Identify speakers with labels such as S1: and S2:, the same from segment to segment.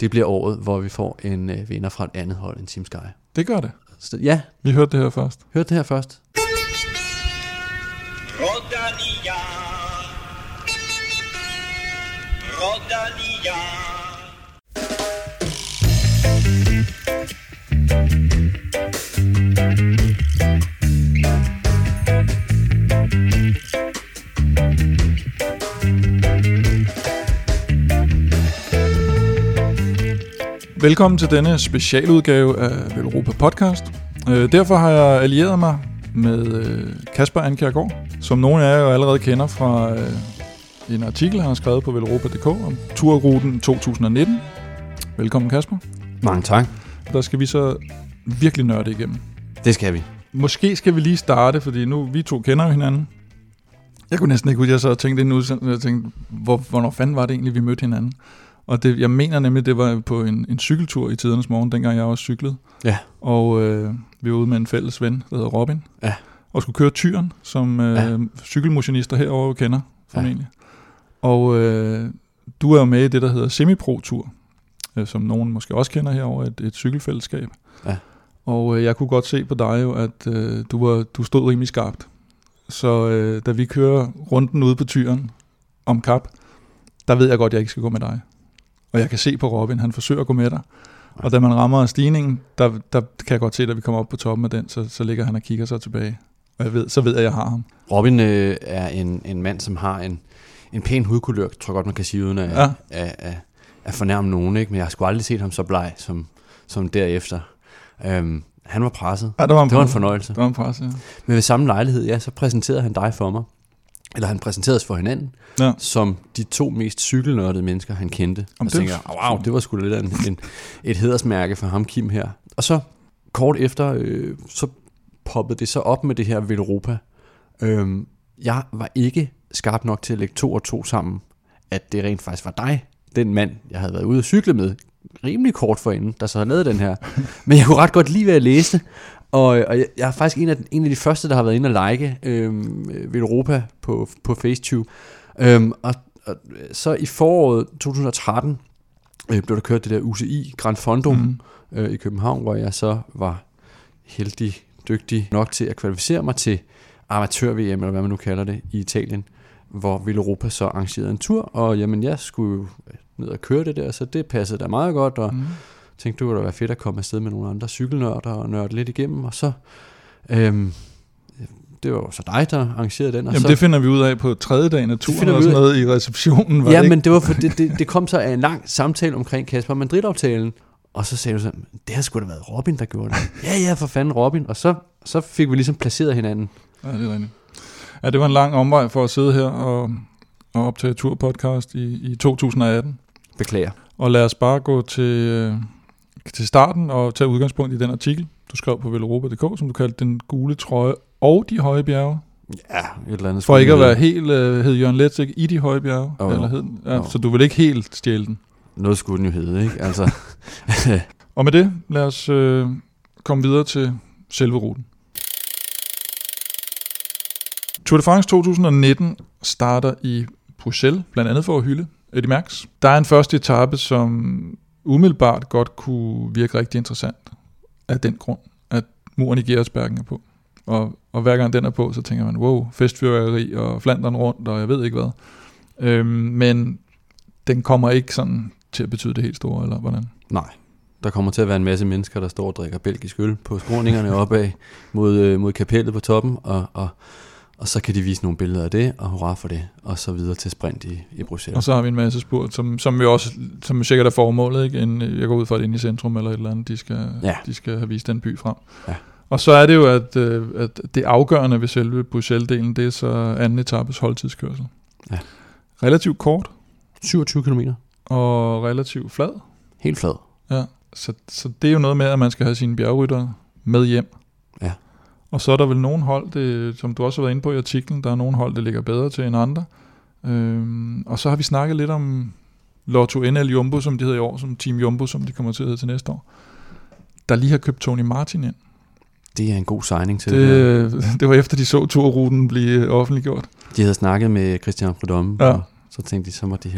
S1: det bliver året, hvor vi får en vinder fra et andet hold end Team Sky.
S2: Det gør det.
S1: Så, ja.
S2: Vi hørte det her først.
S1: Hørte det her først.
S3: Rodalia. Rodalia.
S2: Velkommen til denne specialudgave af Velropa Podcast. Derfor har jeg allieret mig med Kasper Ankjærgaard, som nogle af jer jo allerede kender fra en artikel, han har skrevet på velropa.dk om turruten 2019. Velkommen, Kasper.
S1: Mange tak.
S2: Der skal vi så virkelig nørde igennem.
S1: Det skal vi.
S2: Måske skal vi lige starte, fordi nu vi to kender jo hinanden. Jeg kunne næsten ikke huske, jeg så tænkte nu, jeg tænkte, hvornår fanden var det egentlig, vi mødte hinanden? Og det, jeg mener nemlig, det var på en cykeltur i tidernes morgen, dengang jeg også cyklede.
S1: Ja.
S2: Og vi var ude med en fælles ven, der hedder Robin.
S1: Ja.
S2: Og skulle køre Tyren, som cykelmotionister herovre kender, formentlig. Ja. Og du er jo med i det, der hedder Semipro-tur, som nogen måske også kender herovre, et cykelfællesskab.
S1: Ja.
S2: Og jeg kunne godt se på dig jo, at du stod rimelig skarpt. Så da vi kører runden ude på Tyren om Kap, der ved jeg godt, at jeg ikke skal gå med dig. Og jeg kan se på Robin, han forsøger at gå med dig. Og da man rammer stigningen, der kan jeg godt se, at vi kommer op på toppen af den, så ligger han og kigger sig tilbage. Og så ved jeg, at jeg har ham.
S1: Robin er en mand, som har en pæn hudkulør, tror jeg godt, man kan sige, uden at fornærme nogen. Ikke? Men jeg har sgu aldrig set ham så bleg, som derefter. Han var presset.
S2: Ja, det var en
S1: fornøjelse.
S2: Det var en presse, ja.
S1: Men ved samme lejlighed, så præsenterede han dig for mig. Eller han præsenterede os for hinanden, som de to mest cykelnørdede mennesker, han kendte. Og tænker, wow, det var sgu da lidt af et hædersmærke for ham, Kim, her. Og så kort efter, så poppede det så op med det her Velropa. Jeg var ikke skarp nok til at lægge 2 og 2 sammen, at det rent faktisk var dig, den mand, jeg havde været ude at cykle med, rimelig kort forinden, der så havde lavet den her. Men jeg kunne ret godt lide, hvad jeg læste. Og jeg er faktisk en af de første, der har været inde og like Velropa på Facetune. Og så i foråret 2013 blev der kørt det der UCI Grand Fondo i København, hvor jeg så var heldig, dygtig nok til at kvalificere mig til amatør-VM, eller hvad man nu kalder det, i Italien, hvor Velropa så arrangerede en tur, og jamen, jeg skulle ned og køre det der, så det passede da meget godt, og tænkte, det kunne da være fedt at komme afsted med nogle andre cykelnørder og nørde lidt igennem, og så det var jo så dig, der arrangerede den. Og
S2: jamen
S1: så,
S2: det finder vi ud af på 3. dagen af turen, og sådan noget i receptionen.
S1: Ja, men det var for det kom så af en lang samtale omkring Kasper Madrid-aftalen, og så sagde du sådan, det har sgu da været Robin, der gjorde det. Ja, for fanden Robin, og så fik vi ligesom placeret hinanden.
S2: Ja, det er rigtigt. Ja, det var en lang omvej for at sidde her og optage turpodcast i 2018.
S1: Beklager.
S2: Og lad os bare gå til starten og tage udgangspunkt i den artikel, du skrev på velropa.dk, som du kaldte Den gule trøje og de høje bjerge.
S1: Ja, et eller andet.
S2: For ikke at være helt, hed Jørgen Letz ikke i de høje bjerge? Eller hed, så du vil ikke helt stjæle den?
S1: Noget skulle den jo hedde, ikke? Altså.
S2: Og med det, lad os komme videre til selve ruten. Tour de France 2019 starter i Bruxelles, blandt andet for at hylde Eddy Merckx. Der er en første etape, som umiddelbart godt kunne virke rigtig interessant af den grund, at muren i Gersbergen er på. Og hver gang den er på, så tænker man, wow, festfyrværkeri og Flandern rundt, og jeg ved ikke hvad. Men den kommer ikke sådan til at betyde det helt store, eller hvordan?
S1: Nej, der kommer til at være en masse mennesker, der står og drikker belgisk øl på skråningerne opad mod kapellet på toppen, og så kan de vise nogle billeder af det, og hurra for det, og så videre til sprint i Bruxelles.
S2: Og så har vi en masse spurt, som sikkert er formålet, ikke? Jeg går ud fra det inde i centrum eller et eller andet, de skal have vist den by frem. Ja. Og så er det jo, at det afgørende ved selve Bruxelles-delen, det er så anden etapes holdtidskørsel. Ja. Relativt kort.
S1: 27 kilometer.
S2: Og relativt flad.
S1: Helt flad.
S2: Ja, så det er jo noget med, at man skal have sine bjergryttere med hjem. Ja. Og så er der vel nogle hold, som du også har været inde på i artiklen, der er nogle hold, der ligger bedre til end andre. Og så har vi snakket lidt om Lotto NL Jumbo, som de hedder i år, som Team Jumbo, som de kommer til at hedde til næste år, der lige har købt Tony Martin ind.
S1: Det er en god signing til
S2: det var efter de så turruten blive offentliggjort.
S1: De havde snakket med Christian Prudhomme, og så tænkte de, så må de hellere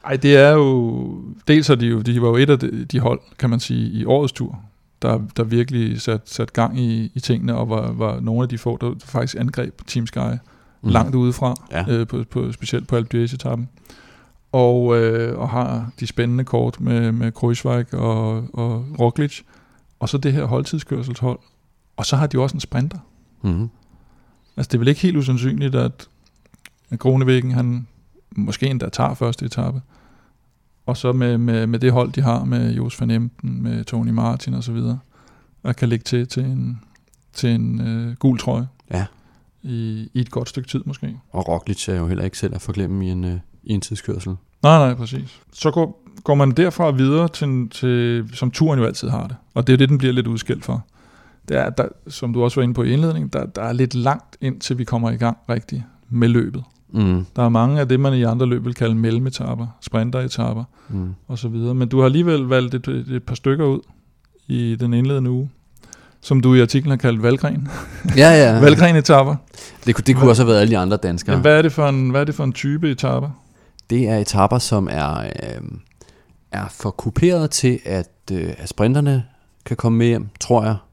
S2: Ej, det er jo... Dels er de var jo et af de hold, kan man sige, i årets tur, der virkelig sat gang i tingene, og var nogle af de få, der faktisk angreb Team Sky langt udefra, specielt på Alpe d'Huez-etappen. Og har de spændende kort med Kruijswijk og Roglic, og så det her holdtidskørselshold. Og så har de også en sprinter.
S1: Mm-hmm.
S2: Altså det er vel ikke helt usandsynligt, at Groenewegen, han måske endda tager første etape. Og så med det hold, de har med Jos van Emden, med Tony Martin og så videre, og kan lægge til en gul trøje.
S1: Ja.
S2: I et godt stykke tid måske.
S1: Og Roglic er jo heller ikke selv at forglemme i en tidskørsel.
S2: Nej, præcis. Så går man derfra videre til som turen jo altid har det. Og det er det, den bliver lidt udskilt for. Det er, der, som du også var inde på i indledningen, der er lidt langt indtil vi kommer i gang rigtigt med løbet.
S1: Mm.
S2: Der er mange af det, man i andre løb vil kalde mellemetapper, sprinteretapper og så videre. Men du har alligevel valgt et par stykker ud i den indledende uge, som du i artiklen har kaldt Valgren.
S1: Ja.
S2: Valgren-etapper.
S1: Det kunne også have været alle de andre danskere.
S2: Men hvad er det for en type etapper?
S1: Det er etapper, som er for kuperet til, at sprinterne kan komme med hjem, tror jeg.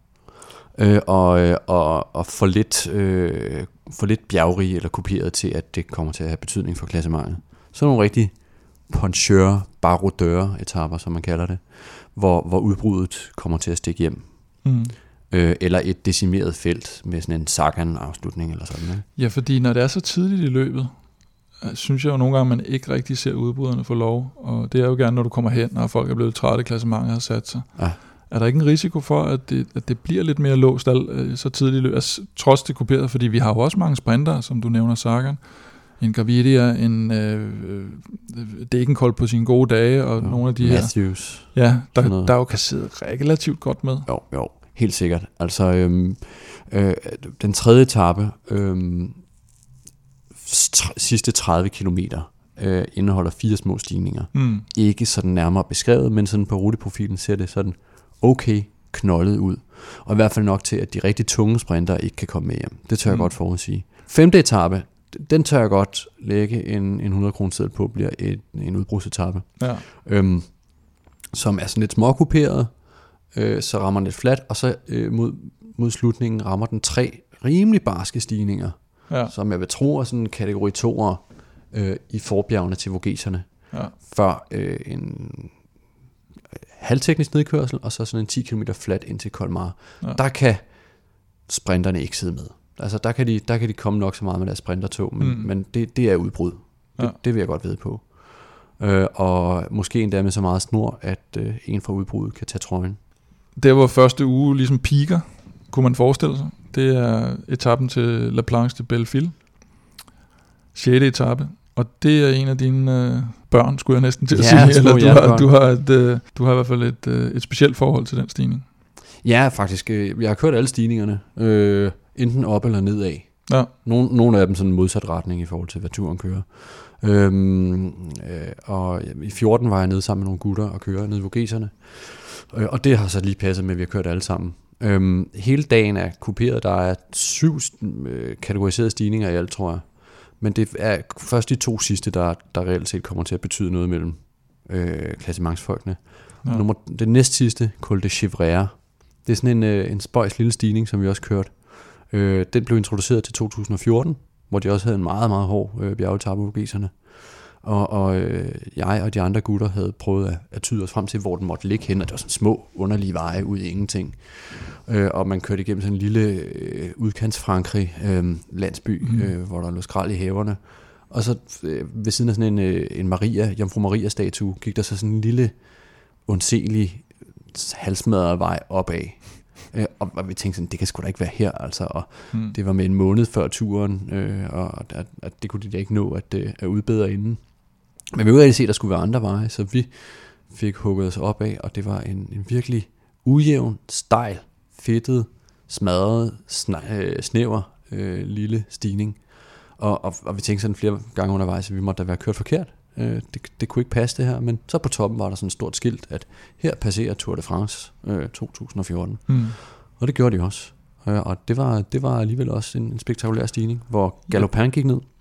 S1: Og for lidt bjergrige eller kuperet til, at det kommer til at have betydning for klassementet. Så nogle rigtig poncheur, barodeur etapper, som man kalder det, hvor udbruddet kommer til at stikke hjem. Eller et decimeret felt med sådan en Sagan-afslutning eller sådan noget.
S2: Ja, fordi når det er så tidligt i løbet, synes jeg jo nogle gange, man ikke rigtig ser udbryderne få lov. Og det er jo gerne, når du kommer hen, og folk er blevet trætte, klassementet har sat sig. Ja. Er der ikke en risiko for, at det bliver lidt mere låst så tidligt i løbet? Altså, trods det kuperet, fordi vi har jo også mange sprinter, som du nævner, Sagan, en Gaviria, en Degenkolb på sine gode dage, og nogle af de
S1: Matthews.
S2: Her, der jo kan sidde relativt godt med.
S1: Jo, helt sikkert. Altså, den tredje etape, sidste 30 kilometer, indeholder 4 små stigninger. Ikke sådan nærmere beskrevet, men sådan på ruteprofilen ser det sådan okay knoldet ud. Og i hvert fald nok til, at de rigtig tunge sprinter ikke kan komme med hjem. Det tør jeg godt forudsige. 5. etape, den tør jeg godt lægge en 100 kroner på, bliver en udbrudsetape. Ja. Som er sådan lidt småkuperet, så rammer den lidt flat, og så mod slutningen rammer den 3 rimelig barske stigninger, som jeg vil tro er sådan kategori 2'er i forbjergene til Vogeserne. Ja. Før en halvteknisk nedkørsel, og så sådan en 10 km flat ind til Colmar. Ja. Der kan sprinterne ikke sidde med. Altså der kan de komme nok så meget med deres sprintertog, men det er udbrud. Det vil jeg godt vide på. Og måske endda med så meget snor, at en fra udbruddet kan tage trøjen.
S2: Der hvor første uge ligesom piker, kunne man forestille sig. Det er etappen til La Planche de Belleville. 6. etape. Og det er en af dine børn, skulle jeg næsten til at sige. Eller du har i hvert fald et specielt forhold til den stigning.
S1: Ja, faktisk. Jeg har kørt alle stigningerne. Enten op eller nedad. Ja. Nogle af dem sådan en modsat retning i forhold til, hvad turen kører. Og i 14 var jeg nede sammen med nogle gutter og kører ned i Vogeserne. Og det har så lige passet med, at vi har kørt alle sammen. Hele dagen er kuperet. Der er 7 kategoriserede stigninger i alt, tror jeg. Men det er først de 2 sidste, der reelt set kommer til at betyde noget mellem klassementsfolkene. Ja. Det næst sidste, Col de Chevrier, det er sådan en spøjs lille stigning, som vi også kørte. Den blev introduceret til 2014, hvor de også havde en meget, meget hård bjergetape på Vogeserne. Og jeg og de andre gutter havde prøvet at tyde os frem til, hvor den måtte ligge hen, og det var sådan små, underlige veje ud i ingenting. Og man kørte igennem sådan en lille udkants-Frankrig landsby, hvor der lå skrald i haverne. Og så ved siden af sådan en Jomfru Maria-statue, gik der så sådan en lille, undselig, halsmadret vej opad. Og vi tænkte sådan, det kan sgu da ikke være her, altså. Og det var med en måned før turen, og at det kunne de da ikke nå at udbedre inden. Men vi kunne rigtig se, at der skulle være andre veje, så vi fik hugget os opad, og det var en virkelig ujævn, stejl, fedtet, smadret, snæver lille stigning. Og vi tænkte sådan flere gange undervejs, at vi måtte da være kørt forkert. Det kunne ikke passe det her, men så på toppen var der sådan et stort skilt, at her passerer Tour de France 2014. Og det gjorde de også. Og det var alligevel også en spektakulær stigning, hvor Galopin gik ned.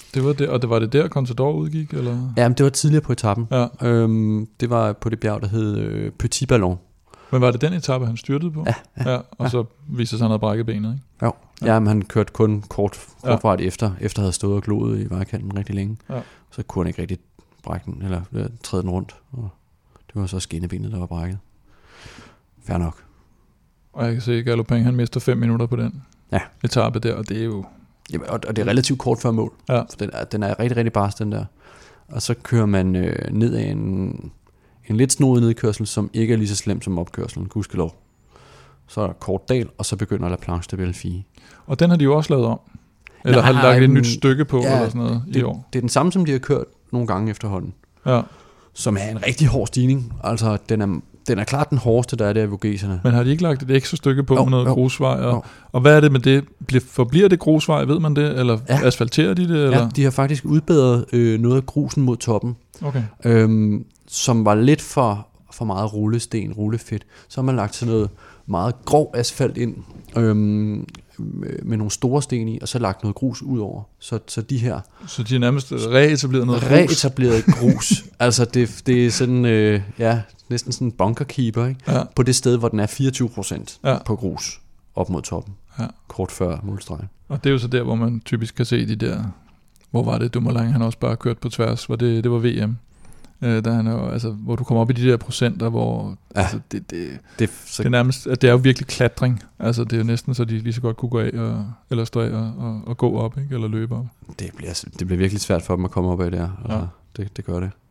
S2: Det var det, og det var det der Contador udgik, eller?
S1: Ja, men det var tidligere på etappen. Ja. Det var på det bjerg, der hed Petit Ballon.
S2: Men var det den etape, han styrtede på?
S1: Ja.
S2: Og så viste sig, han havde brækket benet, ikke?
S1: Jo. Ja, men han kørte kun kortvarigt efter at have stået og gloet i vejkanten rigtig længe. Ja. Så kunne han ikke rigtig brække den, eller træde den rundt. Og det var så skinnebenet, der var brækket. Fair nok.
S2: Og jeg kan se, at Galopin, han mister 5 minutter på den etape der, og det er jo...
S1: Jamen, og det er relativt kort før mål. Ja. For den er rigtig, rigtig barsk, den der. Og så kører man ned af en lidt snodet nedkørsel, som ikke er lige så slem som opkørselen, gudskelov. Så er der kort dal, og så begynder La Planche de Belleville.
S2: Og den har de jo også lavet om. Eller har de lagt et nyt stykke på, eller sådan noget i år?
S1: Det er den samme, som de har kørt nogle gange efterhånden. Ja. Som er en rigtig hård stigning. Altså, den er klart den hårdeste, der er der i Vogeserne.
S2: Men har de ikke lagt et ekstra stykke på med noget grusvej? Og hvad er det med det? Forbliver det grusvej, ved man det? Eller asfalterer de det? Eller?
S1: Ja, de har faktisk udbedret noget af grusen mod toppen. Okay. Som var lidt for meget rullefedt. Så har man lagt sådan noget meget grov asfalt ind med nogle store sten i, og så lagt noget grus ud over. Så de her...
S2: Så de er nærmest reetableret noget grus?
S1: Reetableret grus. Altså det er sådan, næsten sådan en bunkerkeeper, ikke? Ja. På det sted, hvor den er 24% på grus op mod toppen. Ja. Kort før målstregen.
S2: Og det er jo så der, hvor man typisk kan se de der... Hvor var det, Dumoulin, han også bare kørt på tværs? Det var VM. Der han jo, altså, hvor du kommer op i de der procenter, hvor altså, det er nærmest, at det er jo virkelig klatring. Altså det er jo næsten så de lige så godt kunne gå af eller stå af og gå op, ikke? Eller løbe op.
S1: Det bliver virkelig svært for dem at komme op af der. Altså, det gør det.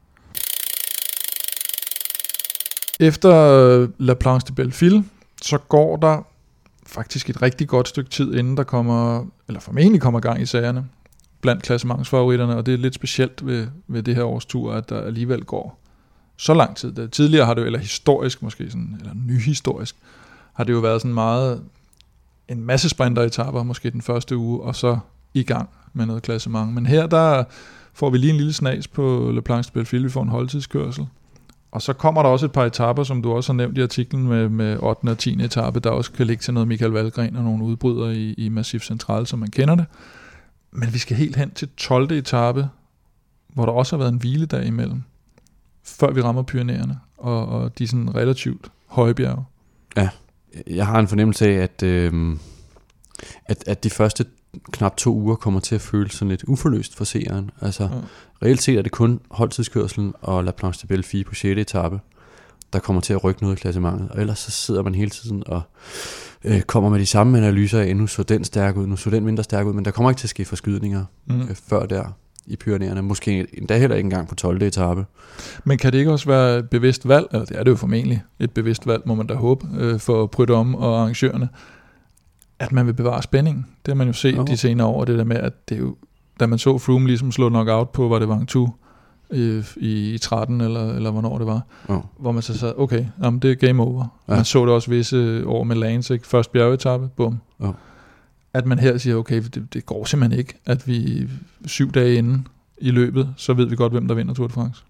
S2: Efter La Planche de Belleville, så går der faktisk et rigtig godt stykke tid, inden der kommer, eller formentlig kommer gang i sagerne blandt klassementsfavoritterne, og det er lidt specielt ved det her års tur, at der alligevel går så lang tid. Tidligere har det jo, eller historisk måske, sådan, eller nyhistorisk, har det jo været sådan meget en masse sprinteretaper, måske den første uge, og så i gang med noget klassement. Men her, der får vi lige en lille snas på La Planche de Belleville, vi får en holdtidskørsel. Og så kommer der også et par etaper, som du også har nævnt i artiklen med 8. og 10. etape, der også kan ligge til noget Michael Valgren og nogle udbrydere i Massif Central, som man kender det. Men vi skal helt hen til 12. etape, hvor der også har været en hviledag imellem, før vi rammer Pyrenæerne, og de sådan relativt høje bjerge. Ja,
S1: jeg har en fornemmelse af, at de første knap 2 uger kommer til at føles sådan lidt uforløst for seeren. Altså, reelt set er det kun holdtidskørselen og La Planche de Belleville på 6. etape, der kommer til at rykke noget i klassementet. Og ellers så sidder man hele tiden og kommer med de samme analyser af, nu så den stærk ud, nu så den mindre stærk ud, men der kommer ikke til at ske forskydninger før der i Pyrenæerne. Måske endda heller ikke engang på 12. etape.
S2: Men kan det ikke også være et bevidst valg, eller det er det jo formentlig et bevidst valg, må man da håbe, for Prudhomme og arrangørerne, at man vil bevare spændingen? Det har man jo set de senere år, det der med, at det er jo, da man så Froome ligesom slå knockout på, var det Ventoux i 13, eller hvornår det var, hvor man så sagde, okay, jamen det er game over. Ja. Man så det også visse år med Lance, ikke? Først bjergetappe, bum. Ja. At man her siger, okay, det går simpelthen ikke, at vi 7 dage inden i løbet, så ved vi godt, hvem der vinder Tour de France.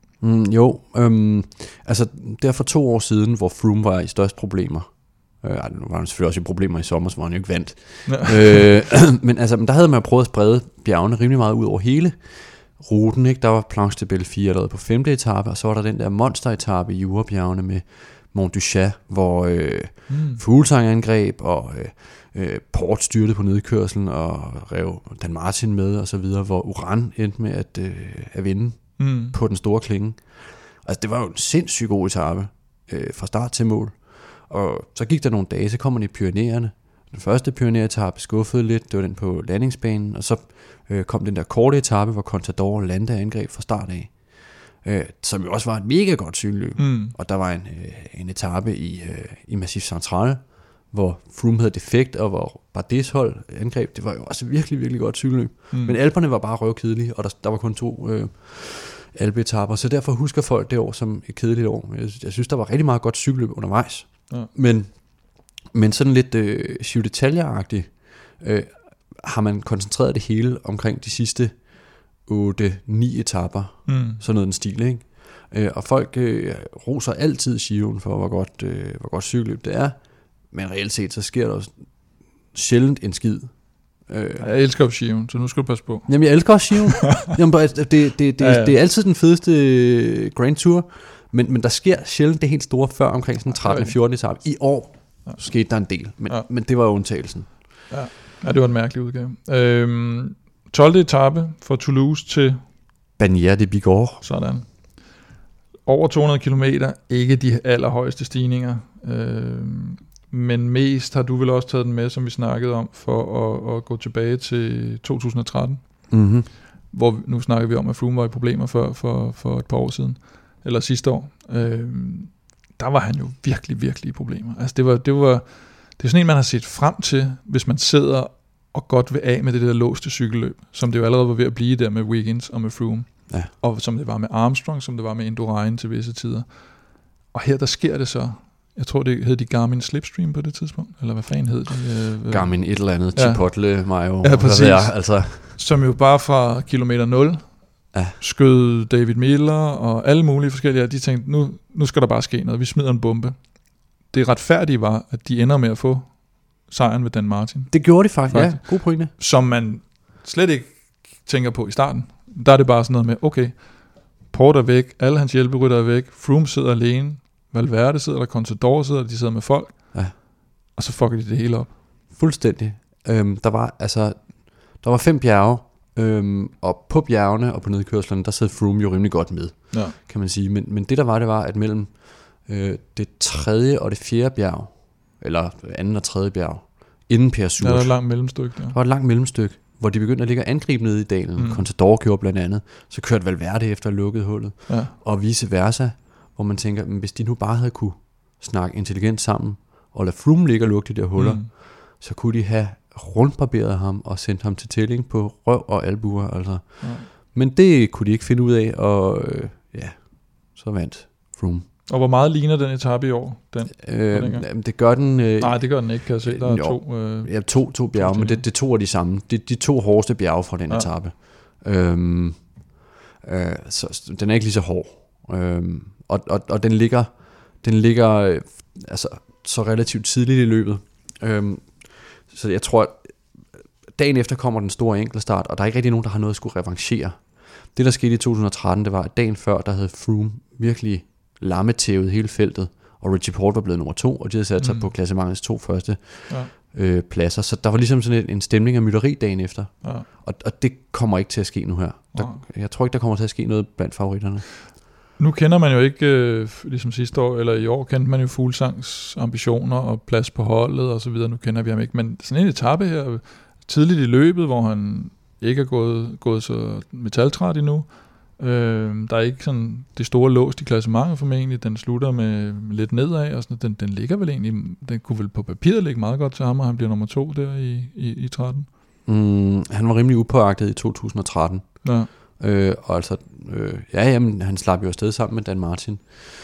S1: Altså der for 2 år siden, hvor Froome var i størst problemer, nu var han selvfølgelig også i problemer i sommer, så var han jo ikke vandt. Ja. Men der havde man prøvet at sprede bjergene rimelig meget ud over hele ruten, ikke? Der var Planche de Belleville allerede på 5. etape, og så var der den der monsteretape i Jurabjergene med Mont du Chat, hvor Fuglsang angreb, og Port styrtede på nedkørslen, og rev Dan Martin med, og så videre, hvor Uran endte med at vinde på den store klinge. Altså, det var jo en sindssygt god etape fra start til mål. Og så gik der nogle dage, så kom man i Pyrenæerne. Den første Pyrenæ-etape skuffede lidt, det var den på landingsbanen, og så kom den der korte etape, hvor Contador landede angreb fra start af, som jo også var et mega godt cykelløb. Og der var en etape i Massif Central, hvor Froome havde defekt, og hvor Bardets hold angreb. Det var jo også virkelig, virkelig godt cykelløb. Men Alperne var bare røvkedelige, og der var kun 2 Alpe-etaper, så derfor husker folk det år som et kedeligt år. Jeg synes, der var rigtig meget godt cykelløb undervejs. Ja. Men sådan lidt Giro d'Italia-agtigt har man koncentreret det hele omkring de sidste 8-9 etaper. Sådan noget den stil, ikke? Og folk roser altid Giroen for, hvor godt cykelløb det er. Men reelt set, så sker der også sjældent en skid
S2: Jeg elsker jo Giroen, så nu skal du passe på.
S1: Jamen, jeg elsker også Giroen. Det er altid den fedeste Grand Tour, men der sker sjældent det helt store før omkring sådan 13-14 etape. I år skete der en del, men det var undtagelsen.
S2: Ja, det var en mærkelig udgave. 12. etape fra Toulouse til
S1: Bagnères de Bigorre.
S2: Sådan. Over 200 kilometer, ikke de allerhøjeste stigninger, men mest har du vel også taget den med, som vi snakkede om, for at gå tilbage til 2013, hvor nu snakker vi om, at Froome var i problemer for et par år siden, eller sidste år. Der var han jo virkelig, virkelig i problemer. Altså det er sådan en, man har set frem til, hvis man sidder og godt vil af med det der låste cykelløb, som det jo allerede var ved at blive der med Wiggins og med Froome. Ja. Og som det var med Armstrong, som det var med Indurain til visse tider. Og her der sker det så. Jeg tror det hed de Garmin Slipstream på det tidspunkt, eller hvad fanden hed det?
S1: Garmin et eller andet, Chipotle, Mayo.
S2: Ja, præcis. Altså. Som jo bare fra kilometer 0 skød David Miller og alle mulige forskellige. De tænkte, nu skal der bare ske noget. Vi smider en bombe. Det retfærdige var, at de ender med at få sejren ved Dan Martin.
S1: Det gjorde de faktisk. Ja, god pointe.
S2: Som man slet ikke tænker på i starten. Der er det bare sådan noget med, okay, Porter er væk, alle hans hjælperytter er væk, Froome sidder alene, Valverde sidder der, Contador sidder der, de sidder med folk, og så fucker de det hele op.
S1: Fuldstændig. Der var 5 bjerge, og på bjergene og på nedkørslerne, der sad Froome jo rimelig godt med, kan man sige. Men det der var, det var, at mellem det 3. og det 4. bjerg, eller 2. og 3. bjerg, inden Per Surt.
S2: Der var et langt mellemstykke.
S1: Der var et langt mellemstykke, hvor de begyndte at ligge og angribe nede i dalen. Contador gjorde blandt andet. Så kørte Valverde efter lukket hullet. Ja. Og vice versa, hvor man tænker, hvis de nu bare havde kunne snakke intelligent sammen, og lade Froome ligge og lukke de der huller, så kunne de have rundbarberet ham og sendt ham til tælling på røv og albuer. Altså. Ja. Men det kunne de ikke finde ud af, og så vandt Froome.
S2: Og hvor meget ligner den etape i år?
S1: Det gør den...
S2: nej, det gør den ikke, kan jeg se. Der er
S1: to bjerge, men det 2 er de samme. De 2 hårdeste bjerge fra den etape. Så den er ikke lige så hård. Og den ligger altså så relativt tidligt i løbet. Så jeg tror, at dagen efter kommer den store enkeltstart, og der er ikke rigtig nogen, der har noget at skulle revanchere. Det, der skete i 2013, det var, at dagen før, der havde Froome virkelig lammetævet hele feltet, og Richie Porte var blevet nummer 2, og de havde sat sig på klassementets 2 første pladser. Så der var ligesom sådan en stemning af mytteri dagen efter. Ja. Og det kommer ikke til at ske nu her. Jeg tror ikke, der kommer til at ske noget blandt favoritterne.
S2: Nu kender man jo ikke, ligesom sidste år, eller i år, kendte man jo Fuglsangs ambitioner og plads på holdet og så videre. Nu kender vi ham ikke, men sådan en etape her, tidligt i løbet, hvor han ikke er gået så metaltræt endnu. Der er ikke sådan det store låst i klassementet formentlig. Den slutter med lidt nedad, og sådan, den ligger vel egentlig, den kunne vel på papiret ligge meget godt til ham, og han bliver nummer 2 der i 13.
S1: Han var rimelig upåagtet i 2013. Ja. Og altså, jamen, han slap jo afsted sammen med Dan Martin.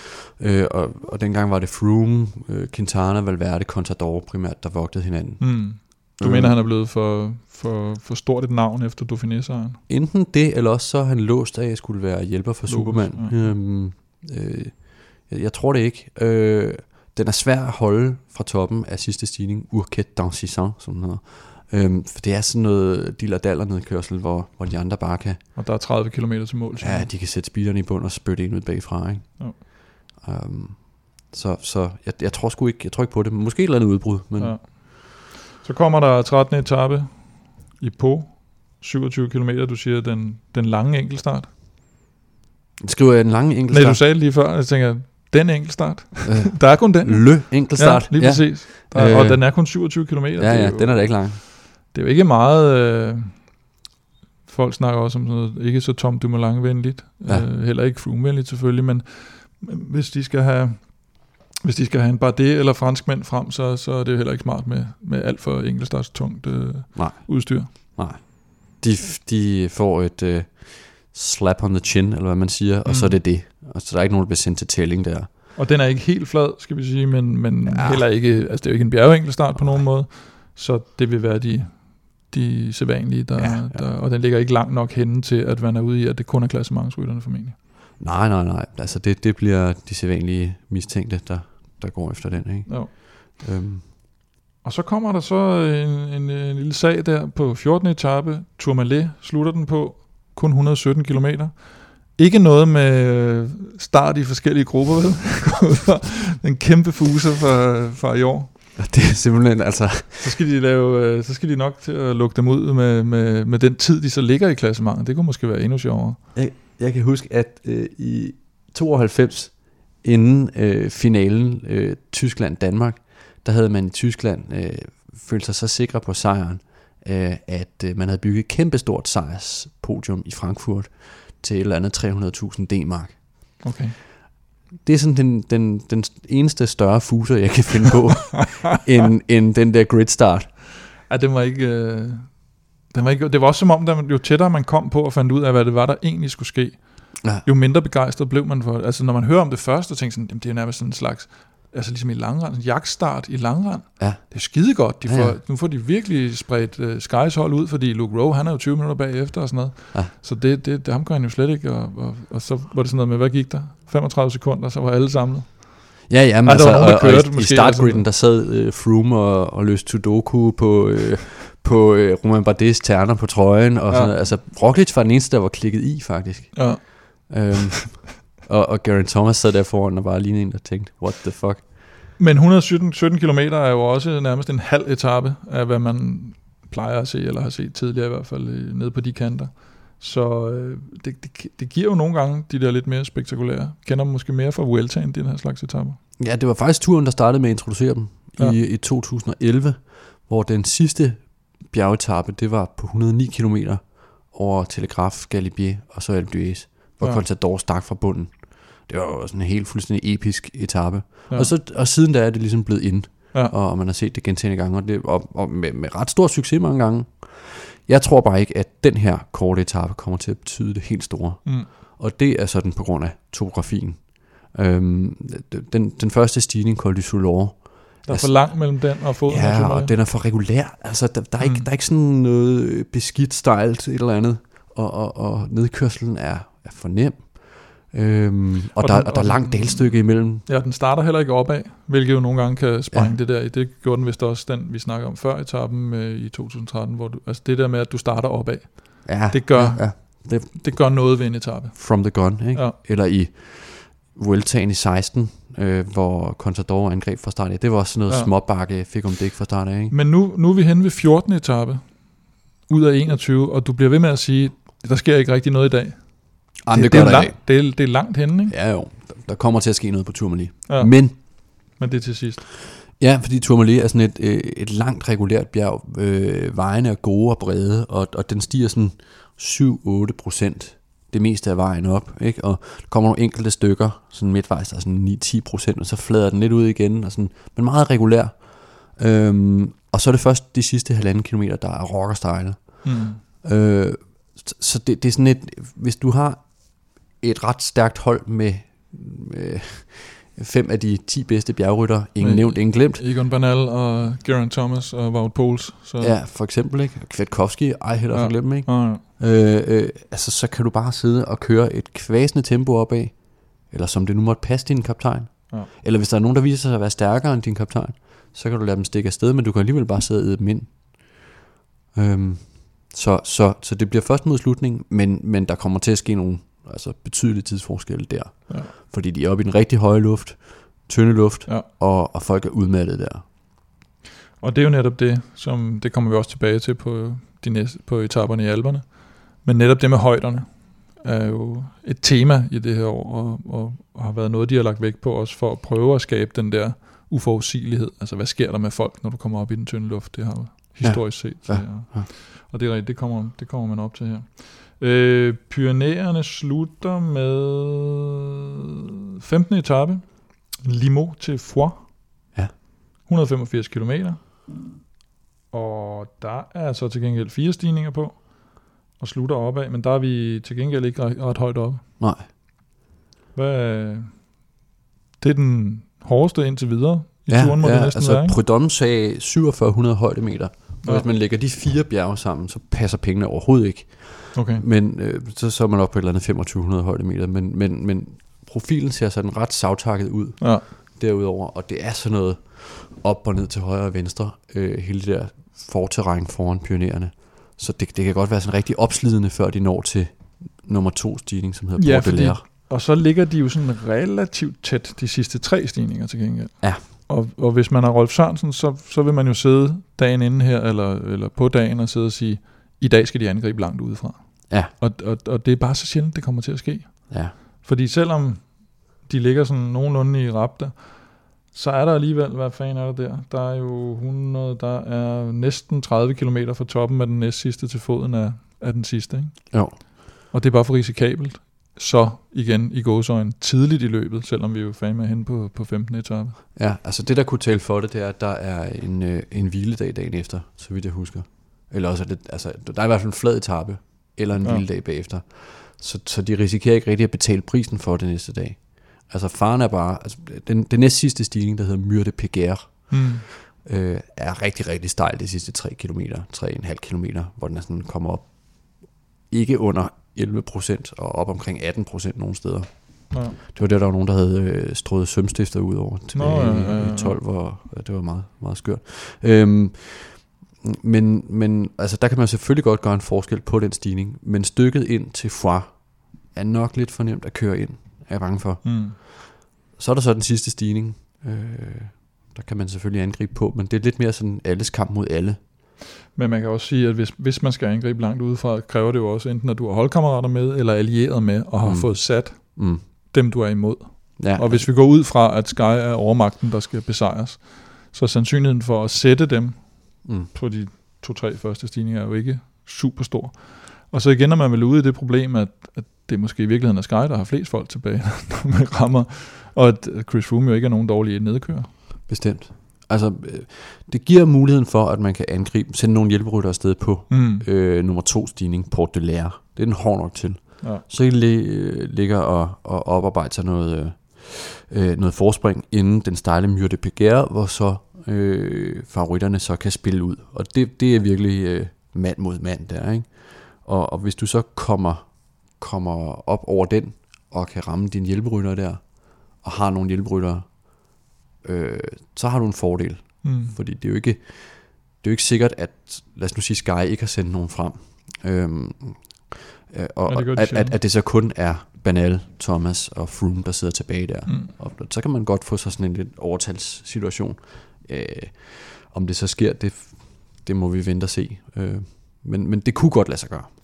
S1: Og dengang var det Froome, Quintana, Valverde, Contador primært, der vogtede hinanden.
S2: Du mener, han er blevet for stort et navn efter Dauphiné-sejren?
S1: Enten det, eller også så er han låst af, at skulle være hjælper for Superman. Ja. Jeg tror det ikke. Den er svær at holde fra toppen af sidste stigning, Urquette d'Ancissant, som den hedder. For det er sådan noget diller-daller nedkørsel, hvor de andre bare kan...
S2: Og der er 30 km til mål.
S1: Ja, de kan sætte speederne i bund og spytte en ud bagfra, ikke? Ja. Så jeg tror sgu ikke, jeg tror ikke på det. Måske et eller andet udbrud, men... Ja.
S2: Så kommer der 13. etape i Pau, 27 km, du siger, den lange enkeltstart.
S1: Skriver jeg den lange enkeltstart?
S2: Nej, du sagde det lige før, jeg tænker, den enkeltstart. Der er kun den.
S1: Enkeltstart.
S2: Ja, lige præcis. Og den er kun 27 km.
S1: Ja, den er da ikke lang.
S2: Det er jo ikke meget... folk snakker også om sådan noget, ikke så Tom Dumoulin-venligt. Heller ikke Froome-venligt selvfølgelig, men hvis de skal have en Bardet eller franskmænd frem, så er det jo heller ikke smart med alt for enkeltstartstungt udstyr.
S1: Nej. De får et slap on the chin, eller hvad man siger, og så er det. Og så der er ikke nogen, der bliver sendt til tælling der.
S2: Og den er ikke helt flad, skal vi sige, men heller ikke, altså det er jo ikke en bjergeenkeltstart på nogen måde, så det vil være de sædvanlige, og den ligger ikke langt nok henne til, at man er ude i, at det kun er klassementsrytterne formentlig.
S1: Nej. Altså det bliver de sædvanlige mistænkte, der går efter den, ikke? Jo.
S2: Og så kommer der så en lille sag der på 14. etape. Tourmalet slutter den på kun 117 kilometer. Ikke noget med start i forskellige grupper, vel? En kæmpe fuser for i år.
S1: Det er simpelthen, altså...
S2: Så skal de nok til at lukke dem ud med den tid, de så ligger i klassementet. Det kunne måske være endnu sjovere.
S1: Jeg kan huske, at i 92, inden finalen Tyskland-Danmark, der havde man i Tyskland følt sig så sikre på sejren, at man havde bygget et kæmpestort sejrspodium i Frankfurt til et eller andet 300.000 D-mark. Okay. Det er sådan den eneste større fuser, jeg kan finde på, end den der grid start.
S2: Ja, det var ikke, det var også som om, jo tættere man kom på og fandt ud af, hvad det var, der egentlig skulle ske, jo mindre begejstret blev man for det. Altså når man hører om det først, og tænker sådan, jamen, det er nærmest sådan en slags, altså ligesom i langrend, en jagtstart i langrend. Ja. Det er skide godt. Nu får de virkelig spredt Skys hold ud, fordi Luke Rowe, han er jo 20 minutter bagefter og sådan noget. Ja. Så det ham gør han jo slet ikke. Og så var det sådan noget med, hvad gik der? 35 sekunder, så var alle samlet.
S1: Ja, men altså, og i startgriden, der sad Froome og løste Sudoku på Romain Bardets terner på trøjen. Og sådan, altså, Roglic var den eneste, der var klikket i, faktisk. Ja. Og Geraint Thomas sad der foran og bare lignede en, der tænkte, what the fuck?
S2: Men 117 kilometer er jo også nærmest en halv etape af, hvad man plejer at se, eller har set tidligere i hvert fald, nede på de kanter. Så det giver jo nogle gange de der lidt mere spektakulære. Kender man måske mere fra Vueltaen, den her slags etaper?
S1: Ja, det var faktisk turen, der startede med at introducere dem i 2011, hvor den sidste bjergetape, det var på 109 kilometer over Telegraphe, Galibier og så Alpe d'Huez, hvor Contador stak fra bunden. Det var jo sådan en helt fuldstændig episk etape. Ja. Og siden da er det ligesom blevet ind, og man har set det gentagne gange, og med ret stor succes mange gange. Jeg tror bare ikke, at den her korte etape kommer til at betyde det helt store. Og det er sådan på grund af topografien. Den første stigning, Col du Soulor,
S2: der er for langt mellem den og foden.
S1: Ja, og den er for regulær. Altså, der er ikke sådan noget beskidt stejlt et eller andet. Og nedkørslen er for nem. Og der er langt dalstykke imellem.
S2: Ja, den starter heller ikke opad, hvilket jo nogle gange kan sprænge det der. Det gjorde den vist også, den vi snakker om før etappen i 2013, hvor altså det der med, at du starter opad, det gør noget ved en etape.
S1: From the gun, ikke? Ja. Eller i Vueltaen i 16, hvor Contador angreb fra start af. Det var også sådan noget småbakke, fik om det ikke fra start af, ikke?
S2: Men nu er vi henne ved 14. etape ud af 21, og du bliver ved med at sige, der sker ikke rigtig noget i dag. Det er langt henne, ikke?
S1: Ja jo, der kommer til at ske noget på Tourmalet. Ja. Men
S2: det er til sidst.
S1: Ja, fordi Tourmalet er sådan et langt regulært bjerg. Vejene er gode og brede, og den stiger sådan 7-8% det meste af vejen op, ikke? Og der kommer nogle enkelte stykker, sådan midtvejs, der er sådan 9-10%, og så flader den lidt ud igen, og sådan, men meget regulær. Og så er det først de sidste 1,5 kilometer, der er rockerstyle. Så det er sådan hvis du har et ret stærkt hold med 5 af de 10 bedste bjergrytter, ingen nævnt, ingen glemt.
S2: Egan Bernal og Geraint Thomas og Wout Poels. Så.
S1: Ja, for eksempel, ikke? Kwiatkowski, heller for glemme, ikke? Altså, så kan du bare sidde og køre et kvæsende tempo opad, eller som det nu måtte passe din kaptajn. Ja. Eller hvis der er nogen, der viser sig at være stærkere end din kaptajn, så kan du lade dem stikke afsted, men du kan alligevel bare sidde og æde dem ind. Så det bliver først mod slutningen, men der kommer til at ske nogle betydelige tidsforskelle der. Ja. Fordi de er oppe i den rigtig høje luft, tynde luft, og folk er udmattet der.
S2: Og det er jo netop det, som det kommer vi også tilbage til på etaperne i Alperne. Men netop det med højderne er jo et tema i det her år, og har været noget, de har lagt vægt på også for at prøve at skabe den der uforudsigelighed. Altså, hvad sker der med folk, når du kommer op i den tynde luft? Det har historisk set. Ja. Og det er rigtigt, det kommer man op til her. Pyrenæerne slutter med 15. etape. Limoux til Foix. Ja. 185 kilometer. Og der er så til gengæld 4 stigninger på. Og slutter opad, men der er vi til gengæld ikke ret højt oppe.
S1: Nej.
S2: Det er den hårdeste indtil videre i turen, må det næsten være, ikke?
S1: Prudhomme sagde 4700 højdemeter. Og hvis man lægger de 4 bjerge sammen, så passer pengene overhovedet ikke. Okay. Men så er man oppe på et eller andet 2500 højdemeter. Men profilen ser sådan ret savtakket ud derudover, og det er sådan noget op og ned til højre og venstre, hele det der forterræn foran pionererne. Så det kan godt være sådan rigtig opslidende, før de når til nummer 2 stigning, som hedder Port de l'Air.
S2: Og så ligger de jo sådan relativt tæt de sidste 3 stigninger til gengæld.
S1: Ja.
S2: Og hvis man er Rolf Sørensen, så vil man jo sidde dagen inden her, eller på dagen og sidde og sige, i dag skal de angribe langt udefra.
S1: Ja.
S2: Og det er bare så sjældent, det kommer til at ske.
S1: Ja.
S2: Fordi selvom de ligger sådan nogenlunde i rapter, så er der alligevel, hvad fanden er der? Der er jo 100, der er næsten 30 kilometer fra toppen af den næst sidste til foden af den sidste, ikke?
S1: Jo.
S2: Og det er bare for risikabelt. Så igen i gåseøjne tidligt i løbet, selvom vi er jo fandme hen på 15. etape.
S1: Ja, altså det der kunne tale for det er, at der er en hviledag dagen efter, så vidt jeg husker. Eller også der er i hvert fald en flad etape, eller en hviledag bagefter. Så de risikerer ikke rigtig at betale prisen for det næste dag. Altså faren er bare, den næst sidste stigning, der hedder Mur de Péguerre, er rigtig, rigtig stejl de sidste 3,5 kilometer, hvor den er sådan kommer op, ikke under 11% og op omkring 18% nogle steder. Ja. Det var der var nogen, der havde strøget sømstifter ud over tilbage i 12, hvor det var meget, meget skørt. Men altså, der kan man selvfølgelig godt gøre en forskel på den stigning, men stykket ind til Foix er nok lidt for nemt at køre ind, er jeg bange for. Så er der så den sidste stigning. Der kan man selvfølgelig angribe på, men det er lidt mere sådan alles kamp mod alle.
S2: Men man kan også sige, at hvis man skal angribe langt udefra, kræver det jo også enten, at du har holdkammerater med, eller allieret med, og har fået sat dem, du er imod. Ja. Og hvis vi går ud fra, at Sky er overmagten, der skal besejres, så sandsynligheden for at sætte dem på de 2-3 første stigninger er jo ikke super stor. Og så igen er man vel ude i det problem, at det måske i virkeligheden er Sky, der har flest folk tilbage, når man rammer, og at Chris Froome jo ikke er nogen dårlige nedkører.
S1: Bestemt. Altså, det giver muligheden for, at man kan sende nogle hjælperytter afsted på nummer 2 stigning, Port de l'Air. Det er den hård nok til. Ja. Så ligger og oparbejde sig noget forspring inden den stejle Mur de Péguerre, hvor så favoritterne så kan spille ud. Og det er virkelig mand mod mand der, ikke? Og hvis du så kommer op over den, og kan ramme dine hjælperytter der, og har nogle hjælperytter, så har du en fordel. Fordi det er jo ikke sikkert, at, lad os nu sige, Sky ikke har sendt nogen frem. At det så kun er Bernal, Thomas og Froome, der sidder tilbage der. Og så kan man godt få så sådan en lidt overtalssituation. Om det så sker, det må vi vente og se. Men det kunne godt lade sig gøre.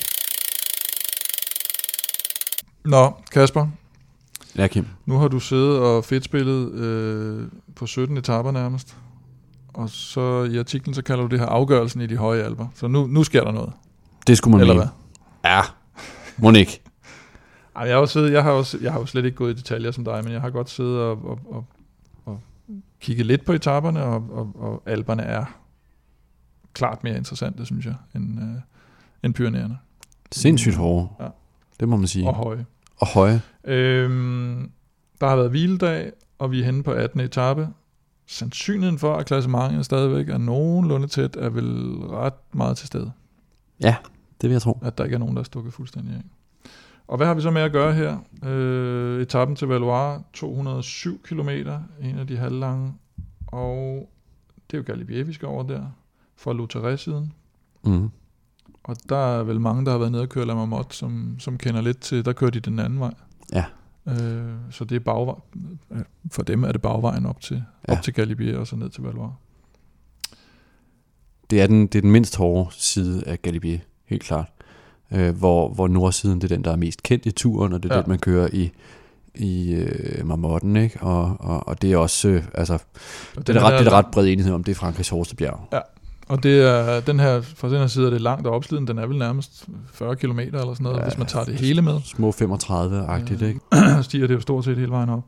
S2: Nå, Kasper.
S1: Ja, Kim.
S2: Nu har du siddet og fedtspillet på 17 etaper nærmest. Og så i artiklen, så kalder du det her afgørelsen i de høje alper. Så nu sker der noget.
S1: Det skulle man
S2: eller
S1: mene.
S2: Hvad?
S1: Ja, må ikke.
S2: Jeg har jo slet ikke gået i detaljer som dig, men jeg har godt siddet og kigget lidt på etaperne, og alperne er klart mere interessante, synes jeg, end Pyrenæerne.
S1: Sindssygt hårde. Ja. Det må man sige.
S2: Og høje. Der har været hviledag, og vi er henne på 18. etape. Sandsynligheden for, at klassementet stadigvæk er nogenlunde tæt, er vel ret meget til stede.
S1: Ja, det vil jeg tro.
S2: At der ikke er nogen, der er stukket fuldstændig af. Og hvad har vi så med at gøre her? Etappen til Valois, 207 kilometer, en af de halvlange. Og det er jo Galibier, vi skal over der, fra Louteré-siden. Og der er vel mange, der har været nede og køre La Marmotte, som kender lidt til, der kører de den anden vej.
S1: Ja.
S2: Så det er for dem er det bagvejen op til Galibier og så ned til Valois.
S1: Det er den mindst hårde side af Galibier, helt klart. Hvor nordsiden, det er den, der er mest kendt i turen, og det er den, man kører i Marmotten, ikke? Og det er også, det er ret bred enighed om, det er Frankrigs hårdeste bjerg. Ja.
S2: Og det er den her, fra den her side er det langt, og opsliden, den er vel nærmest 40 kilometer eller sådan noget, hvis man tager det hele med.
S1: Små 35-agtigt, ikke?
S2: Stiger det jo stort set hele vejen op.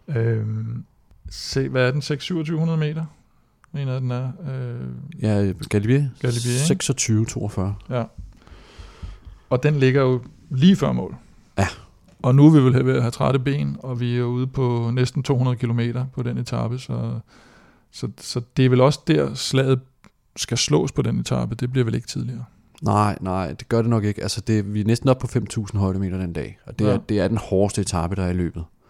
S2: Hvad er den? 6-2700 meter? En af den er.
S1: Ja, Galibier 26-42.
S2: Ja. Og den ligger jo lige før mål.
S1: Ja.
S2: Og nu er vi vel ved at have trætte ben, og vi er ude på næsten 200 kilometer på den etape, så det er vel også der slaget skal slås på den etape. Det bliver vel ikke tidligere.
S1: Nej, det gør det nok ikke. Altså vi er næsten op på 5.000 højdemeter den dag, og det er den hårdeste etape, der er i løbet.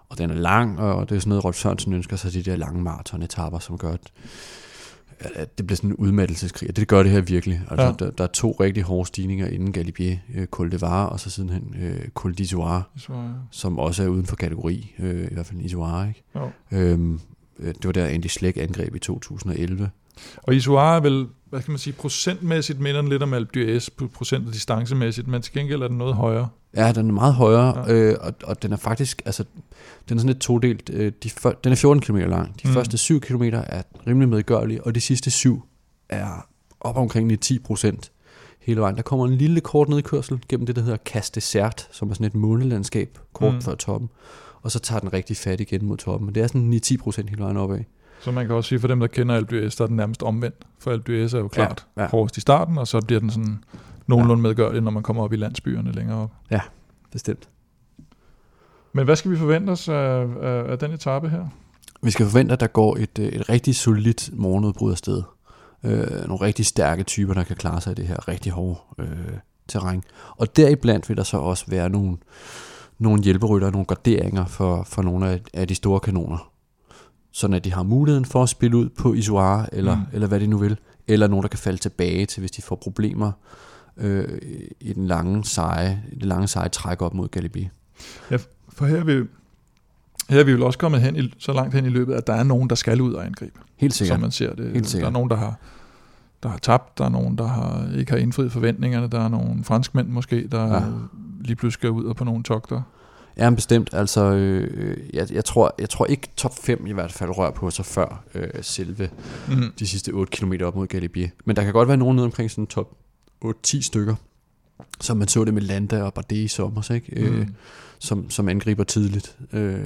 S1: Og den er lang, og det er sådan noget, Rolf Sørensen ønsker sig, de der lange maratonetaper, som gør, at det bliver sådan en udmattelseskrig. Det gør det her virkelig. Altså, der er 2 rigtig hårde stigninger inden Galibier, Col de Var, og så sidenhen Col d'Izoire, som også er uden for kategori, i hvert fald Izoire, ikke? Det var der Andy Schleck angreb i 2011.
S2: Og Izoire er vel, hvad kan man sige, procentmæssigt minder den lidt om Alpe d'Huez på procent og distancemæssigt, men til gengæld er den noget højere.
S1: Ja, den er meget højere, og den er faktisk, altså, den er sådan lidt todelt. Den er 14 km lang. De første 7 km er rimelig medgørlige, og de sidste 7 er op omkring 10% hele vejen. Der kommer en lille kort nedkørsel gennem det, der hedder Cas Desert, som er sådan et månelandskab kort før toppen, og så tager den rigtig fat igen mod toppen. Men det er sådan 9-10% hele vejen opad.
S2: Så man kan også sige, for dem, der kender Alpe d'Huez, der er den nærmest omvendt. For Alpe d'Huez er jo klart hårdest i starten, og så bliver den sådan nogenlunde medgørlig, når man kommer op i landsbyerne længere op.
S1: Ja, bestemt.
S2: Men hvad skal vi forvente os af den etape her?
S1: Vi skal forvente, at der går et rigtig solidt morgenudbrud afsted. Nogle rigtig stærke typer, der kan klare sig i det her rigtig hårde terræn. Og deriblandt vil der så også være nogle hjælperytter, nogle garderinger for nogle af de store kanoner. Sådan at de har muligheden for at spille ud på Izoire, eller hvad de nu vil. Eller nogen, der kan falde tilbage til, hvis de får problemer i det lange seje træk op mod Galibier.
S2: Ja, for her er vi vel også kommet hen så langt hen i løbet, at der er nogen, der skal ud og angribe.
S1: Helt sikkert.
S2: Som man ser det. Der er nogen, der har tabt, der er nogen, der ikke har indfriet forventningerne, der er nogle franskmænd måske, der lige pludselig skal ud og på nogle togter.
S1: Ja, bestemt. Altså, jeg tror ikke top 5 i hvert fald rører på sig før selve de sidste 8 km op mod Galibier. Men der kan godt være nogen nede omkring sådan top 8-10 stykker, som man så det med Landa og Bardet i sommer, ikke? Som angriber tidligt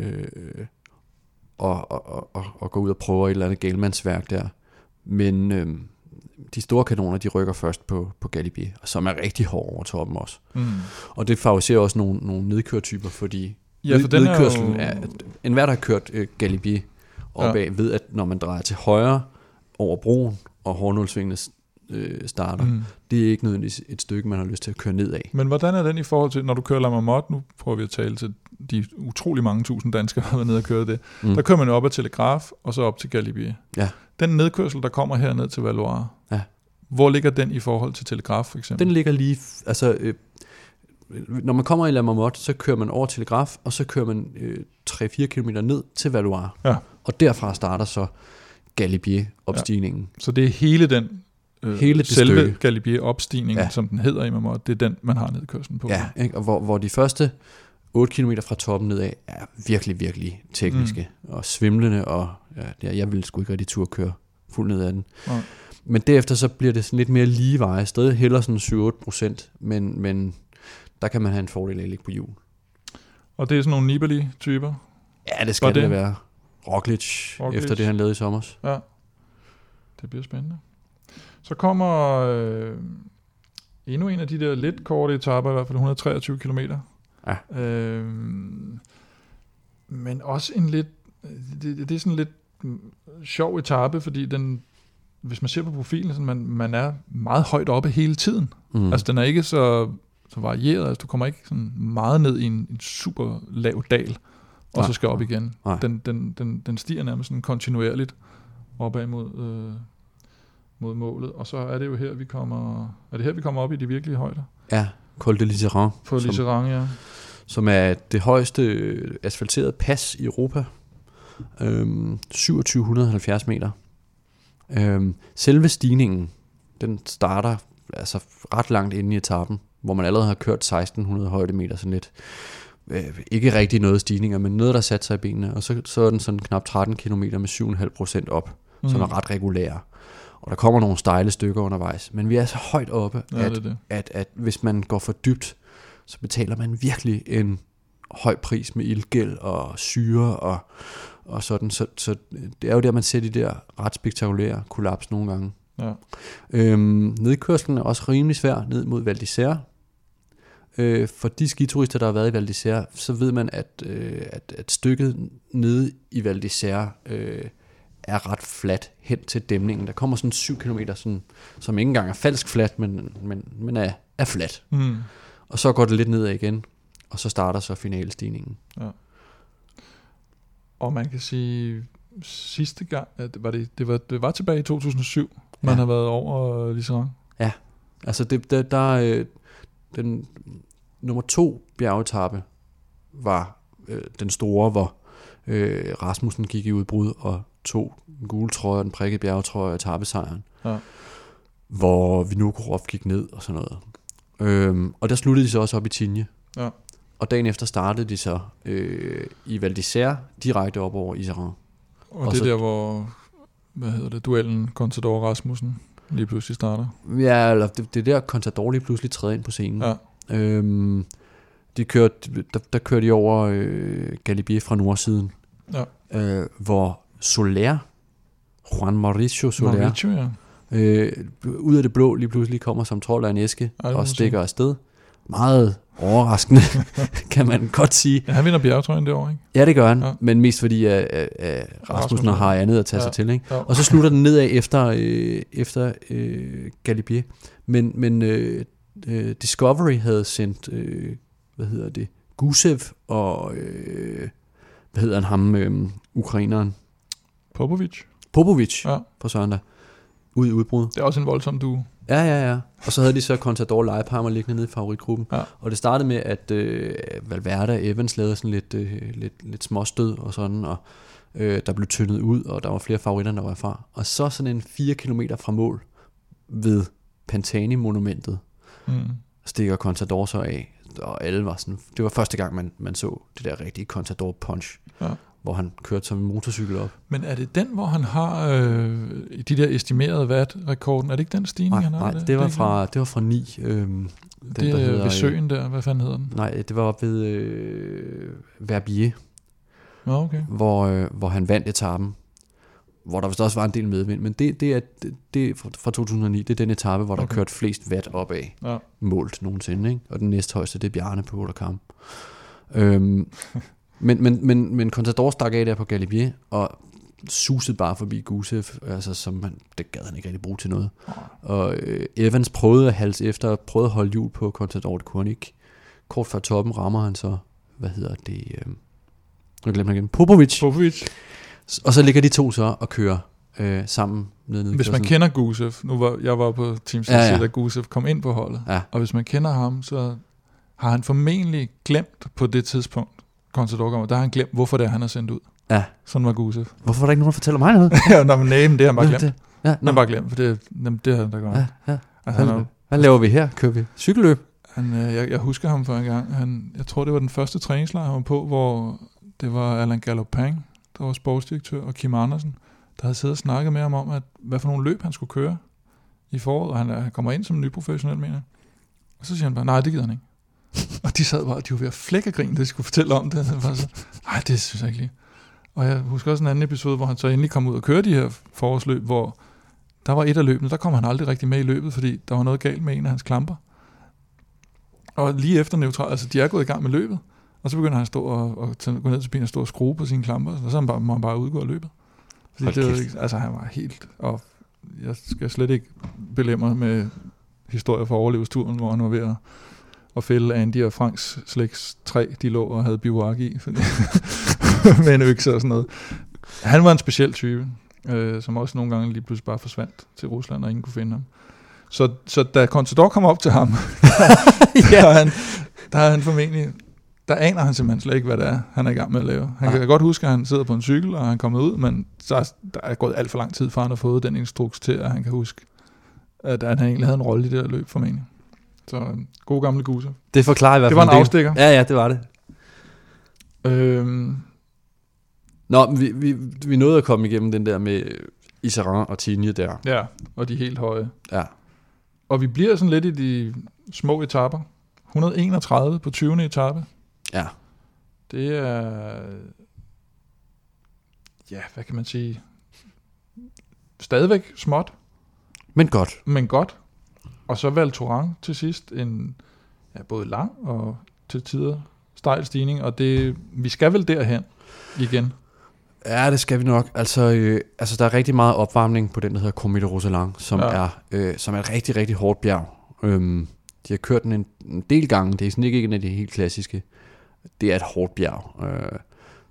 S1: og går ud og prøver et eller andet galmandsværk der. Men de store kanoner, de rykker først på Galibier, som er rigtig hård over toppen også. Og det favoriserer også nogle nedkørtyper, fordi nedkørslen enhver, der har kørt Galibier opad, ved, at når man drejer til højre over broen, og hårdnålsvingene starter, det er ikke nødvendigvis et stykke, man har lyst til at køre ned af.
S2: Men hvordan er den i forhold til, når du kører La Marmotte, nu prøver vi at tale til de utrolig mange tusind danskere, der har været nede og kørt det, der kører man jo op ad Telegraf, og så op til Galibier. Ja. Den nedkørsel, der kommer her ned til Valois, hvor ligger den i forhold til Telegraf for eksempel? Den
S1: ligger lige, altså når man kommer i La Marmotte, så kører man over Telegraf, og så kører man 3-4 km ned til Valois. Ja. Og derfra starter så Galibier-opstigningen.
S2: Ja. Så det er hele den selve Galibier-opstigningen, som den hedder i Marmotte, det er den, man har nedkørslen på.
S1: Ja, ikke? Og hvor de første 8 km fra toppen nedad er virkelig, virkelig tekniske og svimlende, og jeg ville sgu ikke rigtig turde køre fuld ned ad den. Ja. Men derefter så bliver det sådan lidt mere lige veje, stadig hellere sådan 7-8%, men der kan man have en fordel af at ligge på hjul.
S2: Og det er sådan nogle Nibali-typer?
S1: Ja, det skal det være. Roglic, efter det han lavede i sommer.
S2: Ja, det bliver spændende. Så kommer endnu en af de der lidt korte etaper, i hvert fald 123 km. Ja. Men også en lidt, det er sådan lidt sjov etape, fordi den, hvis man ser på profilen, så man er meget højt oppe hele tiden. Altså den er ikke så varieret, altså du kommer ikke sådan meget ned i en super lav dal, og så skal op igen. Den stiger nærmest sådan kontinuerligt opad mod målet, og så er det jo her, vi kommer op i de virkelige højder.
S1: Ja, Col de Liseran.
S2: På Liseran, ja.
S1: Som er det højeste asfalterede pas i Europa. 2770 meter. Selve stigningen, den starter altså ret langt inde i etappen, hvor man allerede har kørt 1600 højdemeter, sådan lidt. Ikke rigtig noget stigninger, men noget, der satte sig i benene, og så er den sådan knap 13 km med 7,5% op, som er ret regulær. Og der kommer nogle stejle stykker undervejs, men vi er så højt oppe, at hvis man går for dybt, så betaler man virkelig en høj pris med ildgæld og syre og sådan. Så det er jo der, man ser de der ret spektakulære kollaps nogle gange. Ja. Nedkørslen er også rimelig svær ned mod Val d'Isère. For de skiturister, der har været i Val d'Isère, så ved man, at stykket nede i Val d'Isère er ret fladt hen til dæmningen. Der kommer sådan 7 km, som ikke engang er falsk fladt, men er fladt. Og så går det lidt nedad igen, og så starter så finalestigningen. Ja.
S2: Og man kan sige, sidste gang, at det var tilbage i 2007, man har været over Liseran.
S1: Ja, altså den nummer 2 bjergetappe var den store, hvor Rasmussen gik i udbrud og tog en gule trøje, den prikkede bjergetrøje og etappesejren. Ja. Hvor Vinokurov gik ned og sådan noget. Og der sluttede de så også op i Tignes. Ja. Og dagen efter startede de så i Val d'Isère direkte op over Iseran.
S2: Og det er der, hvor duellen Contador Rasmussen lige pludselig starter?
S1: Ja, eller det er der Contador lige pludselig træder ind på scenen. Ja. Der kørte de over Galibier fra nordsiden, hvor Juan Mauricio Soler, ud af det blå lige pludselig kommer som trold af en æske og stikker afsted. Meget overraskende, kan man godt sige.
S2: Ja, han vinder bjergetrøjen derovre, ikke?
S1: Ja, det gør han, men mest fordi Rasmussen har andet at tage sig til, ikke? Ja. Og så slutter den nedad efter Galibier. Men Discovery havde sendt, Gusev og, ukraineren? Popovic på søndag. Ud i udbrud.
S2: Det er også en voldsom duo.
S1: Ja. Og så havde de så Contador Leipheimer liggende nede i favoritgruppen. Ja. Og det startede med, at Valverde og Evans lavede sådan lidt småstød og sådan, og der blev tyndet ud, og der var flere favoritter, der var fra. Og så sådan en 4 kilometer fra mål ved Pantani-monumentet stikker Contador så af, og alle var sådan, det var første gang, man så det der rigtige Contador punch. Ja. Hvor han kørte som en motorcykel op.
S2: Men er det den, hvor han har de der estimerede watt-rekorden? Er det ikke den stigning, han har?
S1: Nej, det var fra 9.
S2: Det er ved søen der, hvad fanden hedder den?
S1: Nej, det var oppe ved Verbier.
S2: Okay.
S1: Hvor han vandt etappen. Hvor der vist også var en del medvind. Men det er fra 2009, det er den etape, hvor der kørt flest watt opad. Ja. Målt nogensinde, ikke? Og den næsthøjeste, det er Bjarne på Oderkamp. Men Contador stak af der på Galibier og susede bare forbi Gusev, altså det gad han ikke rigtig bruge til noget. Og Evans prøvede at halse efter, prøvede at holde hjul på Contador, det kunne han ikke. Kort før toppen rammer han så, jeg glemte igen, Popovic. Og så ligger de to så og kører sammen ned.
S2: Hvis man kender Gusev, jeg var på Team CC, da Gusev kom ind på holdet, og hvis man kender ham, så har han formentlig glemt på det tidspunkt, Contador, der har han glemt, hvorfor det er, han er sendt ud. Ja. Sådan var Gusev.
S1: Hvorfor er der ikke nogen, der fortæller mig noget?
S2: Det har han bare glemt. Han har bare glemt, for det har han da godt.
S1: Ja. Altså, hvad laver vi her? Kører vi cykelløb?
S2: Jeg husker ham for en gang. Jeg tror, det var den første træningslejr, han var på, hvor det var Alain Galopin, der var sportsdirektør, og Kim Andersen, der havde siddet og snakket med ham om, hvad for nogle løb han skulle køre i foråret, og han kommer ind som en ny professionel, mener jeg. Og så siger han bare, nej, det gider han ikke. Og de sad bare, de var ved at flække af grin, da de skulle fortælle om det. Nej, det synes jeg ikke lige. Og jeg husker også en anden episode, hvor han så endelig kom ud og kørte de her forårsløb, hvor der var et af løbene, der kom han aldrig rigtig med i løbet, fordi der var noget galt med en af hans klamper. Og lige efter neutral, altså de er gået i gang med løbet, og så begynder han at stå og gå ned til bilen og stå og skrue på sine klamper, og så må han bare udgå af løbet. Fordi han var helt, og jeg skal slet ikke belemre med historier fra overlevelsturen, hvor han var ved at fælde Andy og Franks slægts 3, de lå og havde bivouac i, med en økse og sådan noget. Han var en speciel type, som også nogle gange lige pludselig bare forsvandt til Rusland, og ingen kunne finde ham. Så da Contador kommer op til ham, der er han formentlig, der aner han simpelthen slet ikke, hvad det er, han er i gang med at lave. Han kan godt huske, at han sidder på en cykel, og han er kommet ud, men der er gået alt for lang tid, for han har fået den instruks til, at han kan huske, at han egentlig havde en rolle i det der løb formentlig. Så god gamle Gusev.
S1: Det forklarer i hvert fald.
S2: Det var en afstikker.
S1: Ja, det var det. Nå, vi nåede at komme igennem den der med Iseran og Tignes der.
S2: Ja, og de helt høje.
S1: Ja.
S2: Og vi bliver sådan lidt i de små etaper. 131 på 20. etape.
S1: Ja.
S2: Det er, ja, hvad kan man sige, stadigvæk småt.
S1: Men godt.
S2: Og så Val Thorens til sidst, en både lang og til tider stejl stigning, og vi skal vel derhen igen.
S1: Ja, det skal vi nok. Altså der er rigtig meget opvarmning på den, der hedder Comite Roseland, som er et rigtig, rigtig hårdt bjerg. De har kørt den en del gange. Det er sådan ikke en af de helt klassiske. Det er et hårdt bjerg.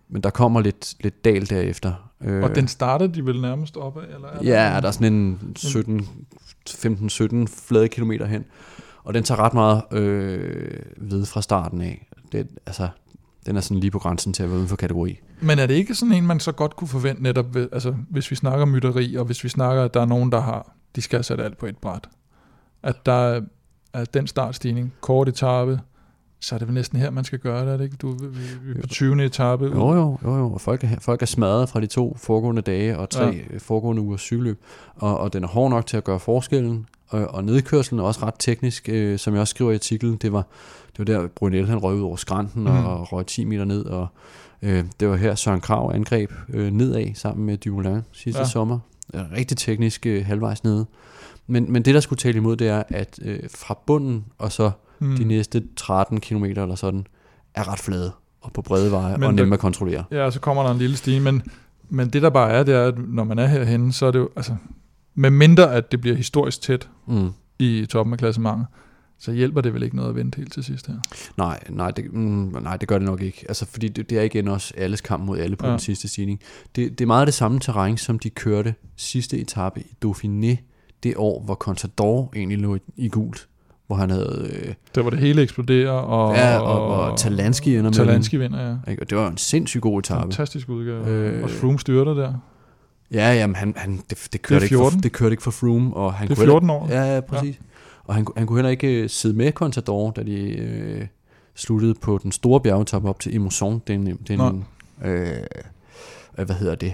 S1: men der kommer lidt dal derefter.
S2: Og den starter de vel nærmest opad? Eller
S1: ja, der er sådan en 15-17 flade kilometer hen, og den tager ret meget ved fra starten af. Den er sådan lige på grænsen til at være uden for kategori.
S2: Men er det ikke sådan en, man så godt kunne forvente netop, altså hvis vi snakker mytteri, og hvis vi snakker, at der er nogen, de skal have sat alt på et bræt, at der er den startstigning, kort etape, så er det vel næsten her, man skal gøre det, er det ikke? Du er på 20. etape.
S1: Jo, og folk er smadret fra de 2 foregående dage og 3 foregående ugers cykelløb, og den er hård nok til at gøre forskellen, og nedkørslen er også ret teknisk, som jeg også skriver i artiklen. Det var der, Brunel han røg ud over skrænten og røg 10 meter ned, og det var her Søren Kragh angreb nedad sammen med Dumoulin sidste sommer. Rigtig teknisk halvvejs nede. Men det, der skulle tale imod, det er, at fra bunden og så de næste 13 kilometer eller sådan, er ret flade og på brede veje og nemme at kontrollere.
S2: Ja, så kommer der en lille stige, men det der bare er, det er, at når man er herhenne, så er det jo, altså, med mindre at det bliver historisk tæt i toppen af klassementet, så hjælper det vel ikke noget at vente helt til sidst her?
S1: Nej, det gør det nok ikke. Altså, fordi det er igen også alles kamp mod alle på den sidste stigning. Det er meget det samme terræn, som de kørte sidste etape i Dauphiné, det år, hvor Contador egentlig lå i gult, hvor han havde...
S2: Der var det hele eksploderer,
S1: og Talansky ender med.
S2: Talansky vinder, ja.
S1: Og det var en sindssygt god etape.
S2: Fantastisk udgave. Og Froome styrter der.
S1: Ja, jamen, det kørte ikke for Froome. Og han
S2: det er 14 år.
S1: Ja, præcis. Ja. Og han kunne heller ikke sidde med Contador, da de sluttede på den store bjergetop op til Imosson. Hvad hedder det?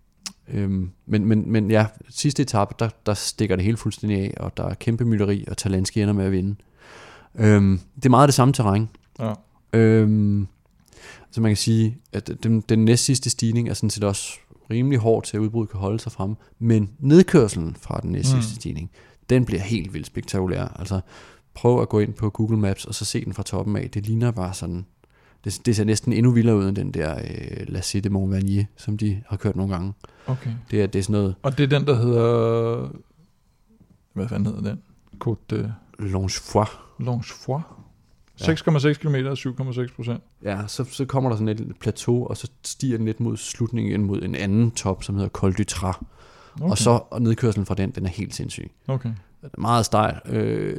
S1: Men ja, sidste etape, der stikker det hele fuldstændig af, og der er kæmpe mytteri, og Talansky ender med at vinde. Det er meget det samme terræn. Ja. Så man kan sige, at den næst sidste stigning er sådan set også rimelig hård til, at udbruddet kan holde sig frem, men nedkørselen fra den næst sidste stigning, den bliver helt vildt spektakulær. Altså, prøv at gå ind på Google Maps, og så se den fra toppen af. Det ligner bare sådan, det ser næsten endnu vildere ud end den der La Cité de Montvernier, som de har kørt nogle gange.
S2: Okay.
S1: Det er sådan noget...
S2: Og det er den, der hedder... Hvad fanden hedder den? Côte
S1: Longefoy.
S2: 6,6 km og 7,6%.
S1: Ja, så kommer der sådan et plateau, og så stiger den lidt mod slutningen mod en anden top, som hedder Col du Trat. Okay. Og nedkørslen fra den er helt sindssyg.
S2: Okay.
S1: Meget stejl, 9-10%,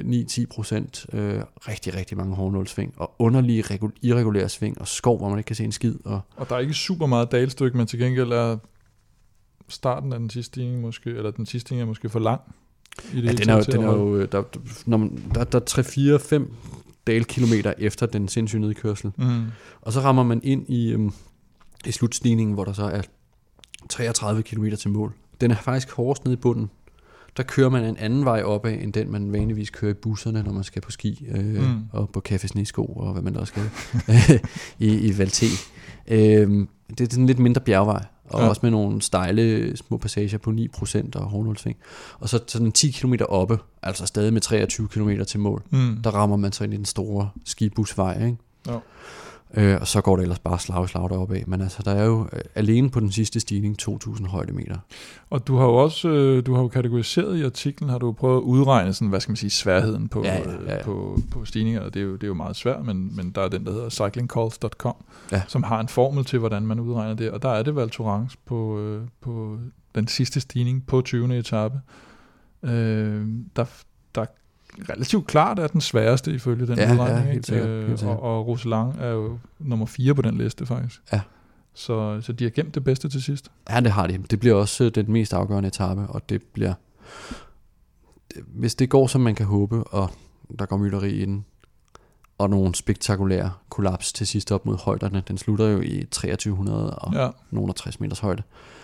S1: rigtig, rigtig mange hårdnålsving, og underlige, irregulære sving, og skov, hvor man ikke kan se en skid.
S2: Og der er ikke super meget dalstykke, men til gengæld er starten af den sidste stigning måske, eller den sidste stigning er måske for lang. I det
S1: den er jo, der er 3-4-5 dalkilometer efter den sindssyge nedkørsel. Og så rammer man ind i slutstigningen, hvor der så er 33 kilometer til mål. Den er faktisk hårdest nede i bunden. Der kører man en anden vej opad, end den man vanligvis kører i busserne, når man skal på ski, og på Café Snesko, og hvad man der skal i Valté. Det er sådan lidt mindre bjergvej, og også med nogle stejle små passager på 9% og hårdnålsving. Og så sådan 10 km oppe, altså stadig med 23 km til mål, der rammer man så ind i den store skibusvej, ikke? Ja. Og så går det ellers bare slag deroppe af. Men altså, der er jo alene på den sidste stigning 2.000 højdemeter.
S2: Og du har jo også kategoriseret i artiklen, har du prøvet at udregne sådan, hvad skal man sige, sværheden på, på stigninger. Og det er jo meget svært, men der er den, der hedder cyclingcalls.com, som har en formel til, hvordan man udregner det. Og der er det Val Thorens på den sidste stigning på 20. etape. Der relativt klart er den sværeste ifølge den udregning.
S1: Helt sikkert.
S2: Og Roseland er jo nummer 4 på den liste faktisk. Ja. Så de har gemt det bedste til sidst.
S1: Ja, det har de. Det bliver også den mest afgørende etape, og det bliver... Hvis det går, som man kan håbe, og der går mytteri i den, og nogle spektakulære kollaps til sidst op mod højderne, den slutter jo i 2300 og nogle 60 meters højde.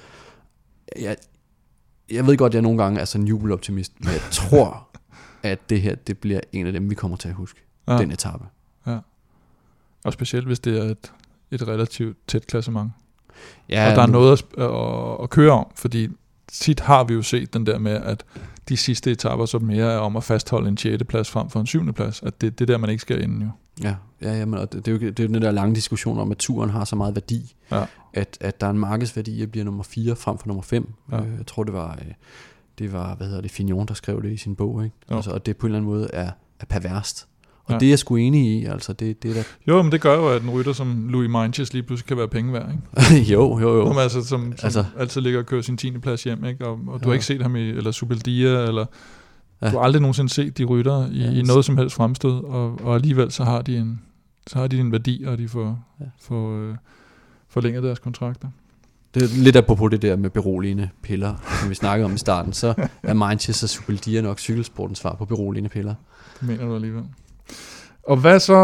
S1: Jeg ved godt, jeg nogle gange er sådan en jubeloptimist, men jeg tror... at det her, det bliver en af dem, vi kommer til at huske. Den etape. Ja. Og
S2: specielt, hvis det er et relativt tæt klassement. Ja, og der er noget at køre om, fordi tit har vi jo set den der med, at de sidste etaper så mere er om at fastholde en 6. plads frem for en 7. plads. At det er der, man ikke skal ind jo.
S1: Ja, men og det er jo den der lange diskussion om, at turen har så meget værdi, at der er en markedsværdi at blive nummer 4 frem for nummer 5. Ja. Jeg tror, det var Fignon, der skrev det i sin bog, ikke? Altså, og det på en eller anden måde er perverst Og det er jeg sgu enig i, altså det der.
S2: Jo, men det gør jo, at en rytter som Louis Meintjes lige pludselig kan være penge værd, ikke?
S1: jo.
S2: Som altid ligger og kører sin 10. plads hjem, ikke? Og du har ikke set ham eller Subeldia, eller du har aldrig nogensinde set de rytter i noget som helst fremstød, og alligevel så har de en værdi, og de får forlænget deres kontrakter.
S1: Det er lidt apropos det der med beroligende piller, som vi snakkede om i starten, så er Meintjes og Subeldia nok cykelsportens svar på beroligende piller.
S2: Det mener du alligevel. Og hvad så?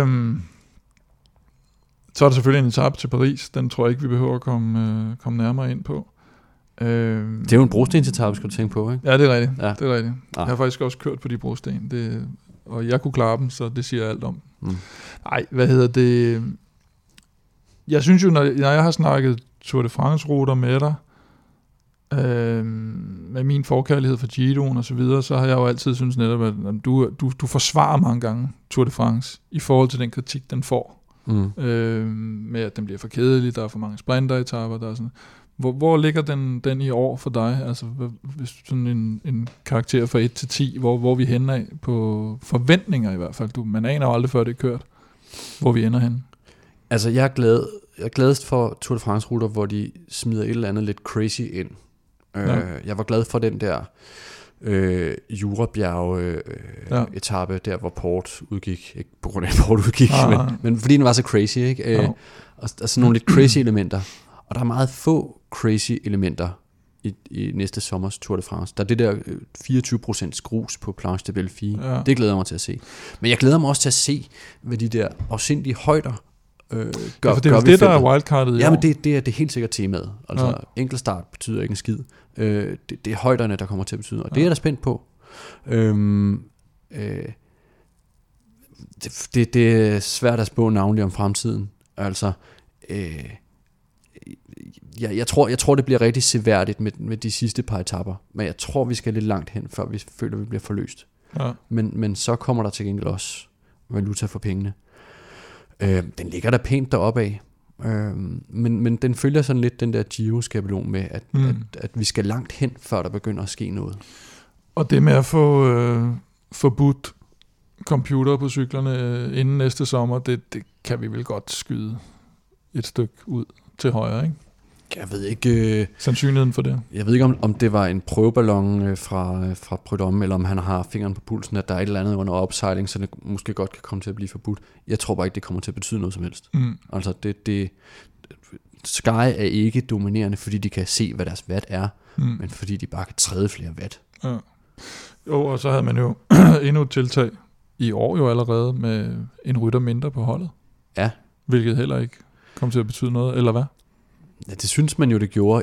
S2: Så er der selvfølgelig en etape til Paris. Den tror jeg ikke, vi behøver at komme nærmere ind på.
S1: Det er jo en brostensetape, skal du tænke på, ikke?
S2: Ja, det er rigtigt. Ja. Det er rigtigt. Jeg har faktisk også kørt på de brosten, og jeg kunne klare dem, så det siger alt om. Nej, hvad hedder det? Jeg synes jo, når jeg har snakket Tour de France-ruter med dig, med min forkærlighed for Giroen og så videre, så har jeg jo altid synes netop, at du forsvarer mange gange Tour de France i forhold til den kritik, den får. Med at den bliver for kedelig, der er for mange sprinteretapper, der er sådan. Hvor ligger den i år for dig? Altså hvis sådan en karakter fra 1 til 10, hvor vi henne af på forventninger i hvert fald. Man aner jo aldrig før det er kørt, hvor vi ender henne.
S1: Altså jeg er gladest for Tour de France-ruter, hvor de smider et eller andet lidt crazy ind. Jeg var glad for den der Jurabjerg der, hvor Port udgik. Ikke på grund af, at Port udgik, men fordi den var så crazy. Ikke? Og sådan nogle lidt crazy elementer. Og der er meget få crazy elementer i næste sommers Tour de France. Der er det der 24% grus på Planche de Belleville. Ja. Det glæder jeg mig til at se. Men jeg glæder mig også til at se, hvad de der afsindige højder gør.
S2: For det er det, der er wildcardet.
S1: Ja, men det er helt sikkert temaet. Altså enkeltstart betyder ikke en skid. Det er højderne, der kommer til at betyde. Og det er jeg da spændt på. Det er svært at spå navnlig om fremtiden. Altså jeg tror det bliver rigtig seværdigt med de sidste par etapper, men jeg tror vi skal lidt langt hen, før vi føler vi bliver forløst. Men så kommer der til gengæld også valuta for pengene. Den ligger der pænt deroppe af, men den følger sådan lidt den der Giro-skabelon med at vi skal langt hen, før der begynder at ske noget.
S2: Og det med at få forbudt computer på cyklerne inden næste sommer, det kan vi vel godt skyde et stykke ud til højre, ikke?
S1: Jeg ved ikke
S2: sandsynligheden for det.
S1: Jeg ved ikke om det var en prøveballon fra Prudhomme, eller om han har fingeren på pulsen, at der er et eller andet under opsejling, så det måske godt kan komme til at blive forbudt. Jeg tror bare ikke det kommer til at betyde noget som helst. Altså Sky er ikke dominerende, fordi de kan se hvad deres watt er, men fordi de bare kan træde flere watt.
S2: Ja. Jo, og så havde man jo endnu et tiltag i år jo allerede med en rytter mindre på holdet.
S1: Ja.
S2: Hvilket heller ikke kom til at betyde noget, eller hvad?
S1: Ja, det synes man jo, det gjorde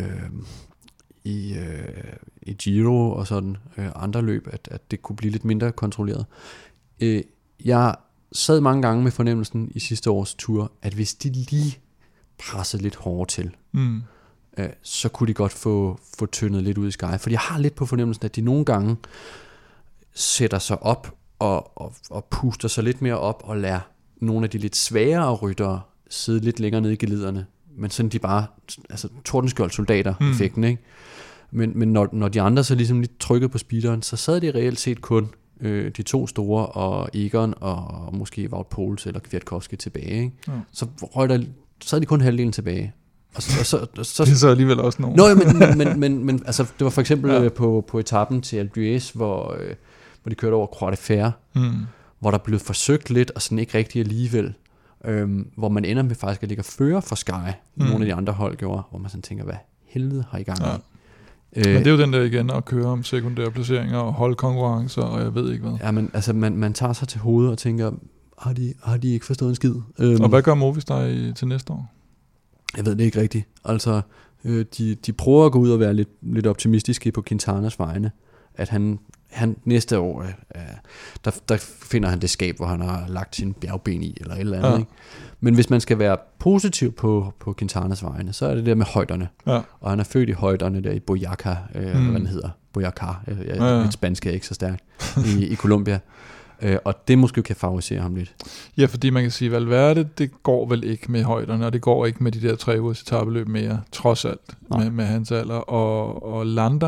S1: i Giro og sådan andre løb, at det kunne blive lidt mindre kontrolleret. Jeg sad mange gange med fornemmelsen i sidste års tur, at hvis de lige pressede lidt hårdere til, så kunne de godt få tyndet lidt ud i Sky. For jeg har lidt på fornemmelsen, at de nogle gange sætter sig op og puster sig lidt mere op og lader nogle af de lidt sværere ryttere sidde lidt længere nede i geliderne. Men sådan de bare, altså tordenskjold soldater effekten, ikke? Men når de andre så ligesom lidt trykkede på speederen, så sad de reelt set kun de to store, og Egon og måske Wout Poels eller Kwiatkowski tilbage, ikke? Ja. Så sad de kun halvdelen tilbage. Og så
S2: det er så alligevel også nogen.
S1: Men altså, det var for eksempel på etappen til Alpe d'Huez, hvor de kørte over Croix de Fer, hvor der blev forsøgt lidt, og sådan ikke rigtig alligevel. Hvor man ender med faktisk at ligge fører for Sky, nogle af de andre hold gjorde, hvor man sådan tænker, hvad helvede har I gang i?
S2: Men det er jo den der igen at køre om sekundære placeringer og holdkonkurrencer, og jeg ved ikke hvad.
S1: Ja, men altså man tager sig til hovedet og tænker, har de ikke forstået en skid?
S2: Og hvad gør Movistar til næste år?
S1: Jeg ved det ikke rigtigt. Altså, de prøver at gå ud og være lidt optimistiske på Quintanas vegne, at han næste år, der finder han det skab, hvor han har lagt sin bjergben i, eller et eller andet. Ja. Ikke? Men hvis man skal være positiv på Quintanas vegne, så er det der med højderne. Ja. Og han er født i højderne der i Boyaca, hvad den hedder. Boyacar, mit spansk er ikke så stærkt, i Colombia. Og det måske kan favorisere ham lidt.
S2: Ja, fordi man kan sige, Valverde, det går vel ikke med højderne, og det går ikke med de der 3 ugers etapeløb mere, trods alt, med hans alder. Og Landa,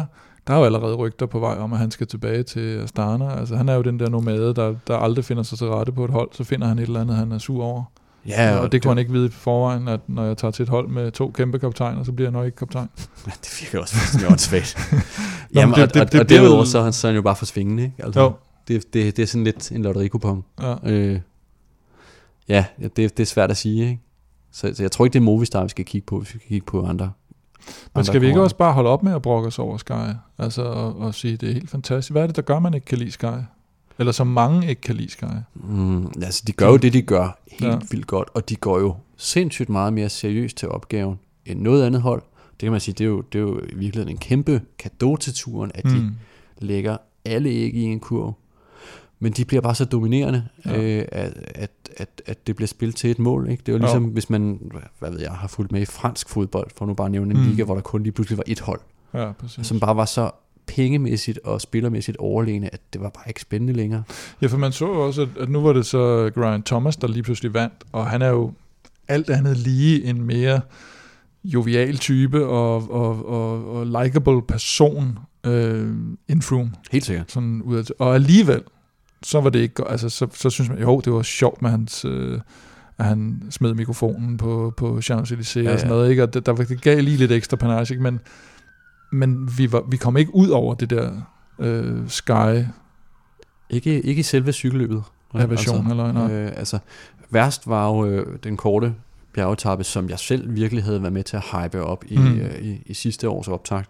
S2: Der er jo allerede rygter på vej om, at han skal tilbage til Astana. Altså, han er jo den der nomade, der aldrig finder sig til rette på et hold. Så finder han et eller andet, han er sur over.
S1: Ja,
S2: og det kunne han ikke vide på forvejen, at når jeg tager til et hold med 2 kæmpe kaptajner, så bliver jeg nok ikke kaptajn.
S1: Ja, det virker også fuldstændig åndssvagt. Jamen, og derudover så er han jo bare forsvingende, ikke? Altså, det er sådan lidt en lotterikupon. Ja, det er svært at sige, ikke? Så jeg tror ikke, det er Movistar, vi skal kigge på, hvis vi skal kigge på andre.
S2: Men skal vi ikke også bare holde op med at brokke os over Sky? Altså og sige, det er helt fantastisk. Hvad er det, der gør, man ikke kan lide Sky? Eller så mange ikke kan lide Sky?
S1: Altså, de gør jo det, de gør helt vildt godt, og de går jo sindssygt meget mere seriøst til opgaven end noget andet hold. Det kan man sige, det er jo i virkeligheden en kæmpe cadeau til turen, at de lægger alle æg i en kurv. Men de bliver bare så dominerende, at det bliver spillet til et mål. Ikke? Det er jo ligesom, hvis man, har fulgt med i fransk fodbold, for nu bare nævne en liga, hvor der kun lige pludselig var et hold, som bare var så pengemæssigt og spillermæssigt overlegne, at det var bare ikke spændende længere. Ja,
S2: for man så også, at nu var det så Geraint Thomas, der lige pludselig vandt, og han er jo alt andet lige en mere jovial type og likable person end Froome.
S1: Helt sikkert.
S2: Sådan ud og alligevel, så var det ikke, altså så synes man, jo, det var sjovt med hans, at han smed mikrofonen på Champs-Élysées og sådan noget, ikke? Og det gav lige lidt ekstra panache, ikke? Men vi kom ikke ud over det der Sky.
S1: Ikke i selve cykelløbet.
S2: Aversion eller noget.
S1: Altså, værst var jo den korte bjergetappe, som jeg selv virkelig havde været med til at hype op i sidste års optakt.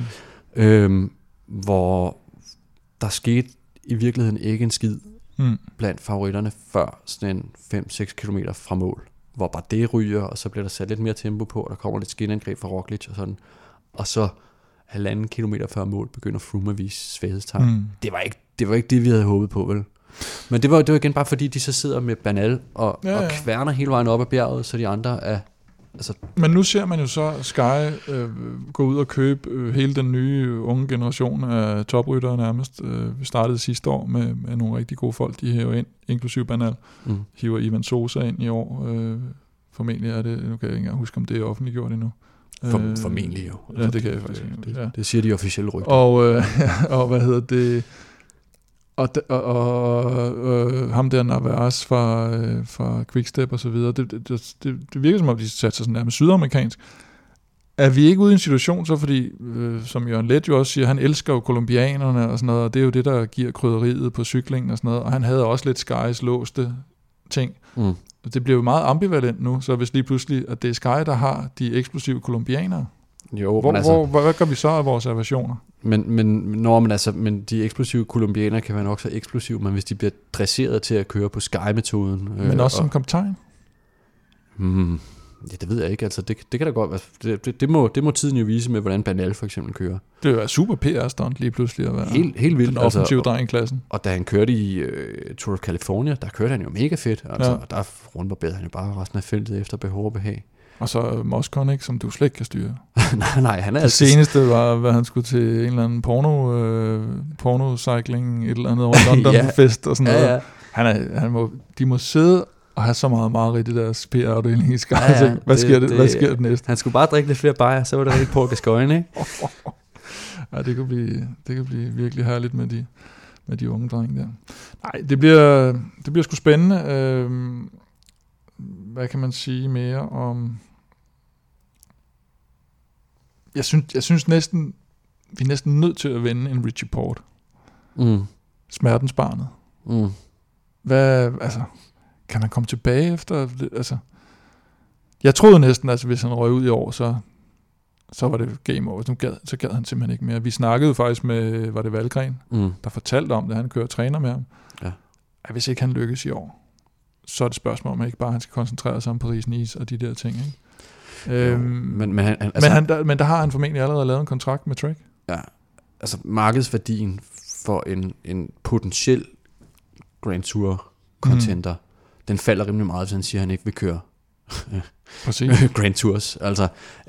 S1: Hvor der skete i virkeligheden ikke en skid blandt favoritterne før sådan 5-6 kilometer fra mål, hvor bare det ryger, og så bliver der sat lidt mere tempo på, og der kommer lidt skinangreb fra Roglic og sådan, og så 1,5 kilometer før mål begynder Froome at vise svaghedstegn. Det var ikke det, vi havde håbet på, vel? Men det var igen bare fordi, de så sidder med Bernal og kværner hele vejen op ad bjerget, så de andre er... Altså.
S2: Men nu ser man jo så Sky gå ud og købe hele den nye unge generation af topryttere nærmest. Vi startede sidste år med nogle rigtig gode folk, de hæver ind, inklusive Bernal. Hiver Ivan Sosa ind i år. Formentlig er det, nu kan jeg ikke engang huske, om det er offentliggjort endnu.
S1: Formentlig jo.
S2: Ja, det kan jeg faktisk ikke.
S1: Det siger de officielle rygter.
S2: Og hvad hedder det... Og ham der Narvaez fra Quickstep og så videre, det virker som om, de satte sig sådan der med sydamerikansk. Er vi ikke ude i en situation så, fordi, som Jørgen Leth jo også siger, han elsker jo kolumbianerne og sådan noget, og det er jo det, der giver krydderiet på cyklingen og sådan noget, og han havde også lidt Skys låste ting. Det bliver jo meget ambivalent nu, så hvis lige pludselig, at det er Sky, der har de eksplosive kolumbianere, hvad gør vi så af vores aversioner?
S1: Men de eksplosive kolumbianere kan være nok så eksplosive, men hvis de bliver dresseret til at køre på Sky-metoden...
S2: Men også som kaptajn?
S1: Ja, det ved jeg ikke. Altså, det kan da godt være... Det må tiden jo vise med, hvordan Bernal for eksempel kører.
S2: Det vil være super PR-stunt lige pludselig at være
S1: helt vildt,
S2: den offensive dreng-klassen.
S1: Og da han kørte i Tour of California, der kørte han jo mega fedt. Altså, og der rundbarberede han jo bare resten af feltet efter behov og behag.
S2: Og så Moscon, ikke, som du slet ikke kan styre.
S1: nej, han er
S2: det seneste var, hvad han skulle til en eller anden porno-cycling, et eller andet over London-fest og sådan noget. De må sidde og have så meget mareridt i deres PR-afdeling i Sky. Hvad sker der næste?
S1: Han skulle bare drikke lidt flere bajer, så var det rigtig Paul Gascoigne, ikke?
S2: Ja, det kan blive virkelig herligt med de unge drenge der. Nej, det bliver sgu spændende. Hvad kan man sige mere om... Jeg synes næsten, vi er næsten nødt til at vende en Richie Porte. Smertensbarnet. Hvad, altså, kan han komme tilbage efter... Altså, jeg troede næsten, at hvis han røg ud i år, så var det game over. Så gad han simpelthen ikke mere. Vi snakkede faktisk med, var det Valgren, der fortalte om det, han kører træner med ham. Ja. At hvis ikke han lykkes i år, så er det spørgsmål, om ikke bare han skal koncentrere sig om Paris-Nice og de der ting, ikke? Men der har han formentlig allerede lavet en kontrakt med Trek.
S1: Ja, altså markedsværdien for en potentiel Grand Tour contender, den falder rimelig meget, hvis han siger, at han ikke vil køre Grand Tours. Altså,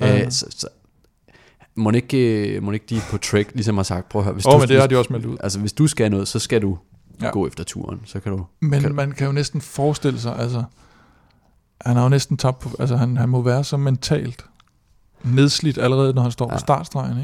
S1: må ikke de på Trek ligesom har sagt, prøv at høre,
S2: men det har de også meldt ud.
S1: Altså, hvis du skal noget, så skal du gå efter turen, så kan du...
S2: Men man kan jo næsten forestille sig, altså, han har jo næsten tabt på, altså han må være så mentalt nedslidt allerede, når han står på startstregen, ikke?
S1: Ja.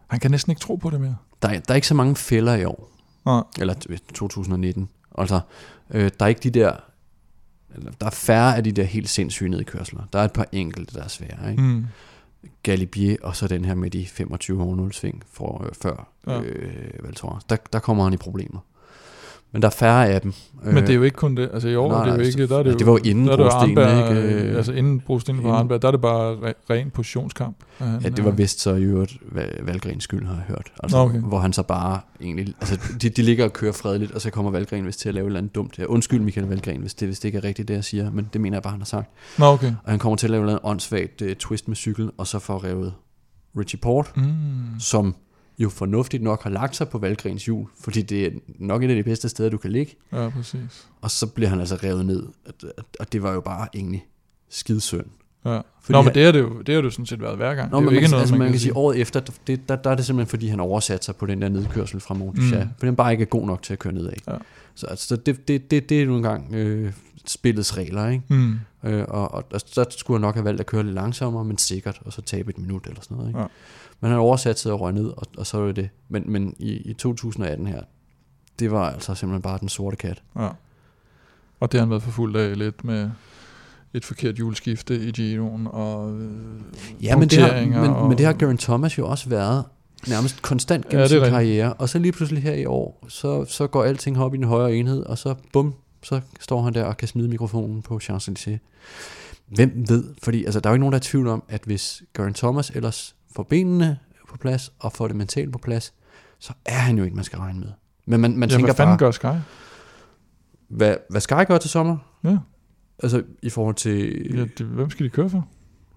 S2: Han kan næsten ikke tro på det mere.
S1: Der er ikke så mange fælder i år. Eller 2019. Altså, der er ikke de der... Der er færre af de der helt sindssyge nedkørsler. Der er et par enkelte, der er svære, ikke? Galibier, og så den her med de 25 hårdnulsving før Val Thorens. Der kommer han i problemer. Men der er færre af dem.
S2: Men det er jo ikke kun det. Altså i år er det jo ikke... Der er det,
S1: det var jo inden brostenen, ikke?
S2: Altså inden brostenen på Arnberg, der er det bare ren positionskamp.
S1: Ja, det var vist så i øvrigt Valgrens skyld, har jeg hørt. Altså, hvor han så bare egentlig... Altså, de ligger og kører fredeligt, og så kommer Valgren vist til at lave et eller andet dumt. Undskyld Michael Valgren, hvis det ikke er rigtigt, det jeg siger, men det mener jeg bare, han har sagt. Og han kommer til at lave et åndssvagt twist med cyklen, og så får revet Richie Porte, som... jo fornuftigt nok har lagt sig på Valgrens hjul, fordi det er nok et af de bedste steder, du kan ligge.
S2: Ja, præcis.
S1: Og så bliver han altså revet ned, og det var jo bare egentlig skidesynd.
S2: Ja. Men det er det sådan set været hver gang. Det er jo ikke noget,
S1: man kan sige, året efter, der er det simpelthen, fordi han oversatte sig på den der nedkørsel fra Montichat, fordi han bare ikke er god nok til at køre nedad. Ja. Så altså, det er nogle gange spillets regler, ikke? Og så skulle han nok have valgt at køre lidt langsommere, men sikkert, og så tabe et minut eller sådan noget, ikke? Ja. Men han oversatte sig og røg ned, og så var det. Men i 2018 her, det var altså simpelthen bare den sorte kat. Ja.
S2: Og det har han været forfulgt af lidt med et forkert hjulskifte i Giroen og
S1: men det har Geraint Thomas jo også været nærmest konstant gennem sin karriere. Og så lige pludselig her i år, så går alting op i den højere enhed, og så bum, så står han der og kan smide mikrofonen på Champs-Élysées. Hvem ved? Fordi altså, der er jo ikke nogen, der er i tvivl om, at hvis Geraint Thomas ellers får benene på plads og får det mentalt på plads, så er han jo ikke, man skal regne med. Men man tænker
S2: hvad fanden gør Sky?
S1: Hvad Sky gør til sommer?
S2: Ja.
S1: Altså i forhold til...
S2: Ja, hvem skal de køre for?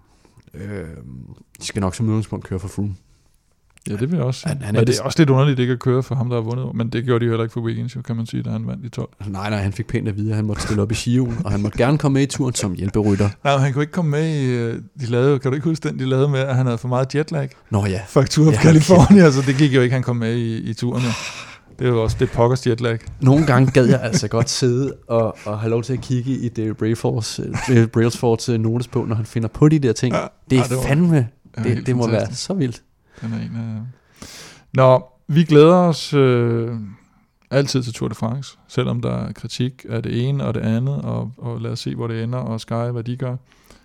S1: De skal nok som udgangspunkt køre for Froome.
S2: Ja, det vil jeg også sige. Men det er også lidt underligt ikke at køre for ham, der har vundet. Men det gjorde de heller ikke for Wiggins, kan man sige, da han vandt i 12.
S1: Nej, han fik pænt at vide, at han måtte stille op i Giroen, og han måtte gerne komme med i turen som hjælperytter.
S2: Nej, han kunne ikke komme med i... kan du ikke huske den, de lavede med, at han havde for meget jetlag?
S1: Nå ja.
S2: Fuck Tour of California, altså det gik jo ikke, han kom med i turen. Ja. Det er jo også det pokkers jetlag.
S1: Nogle gange gad jeg altså godt sidde og have lov til at kigge i David Brailsfords notesbog, når han finder på de der ting. Ja, det er fandme... Det må være så vildt.
S2: Den er en af... Nå, vi glæder os altid til Tour de France, selvom der er kritik af det ene og det andet, og lad os se, hvor det ender, og Sky, hvad de gør.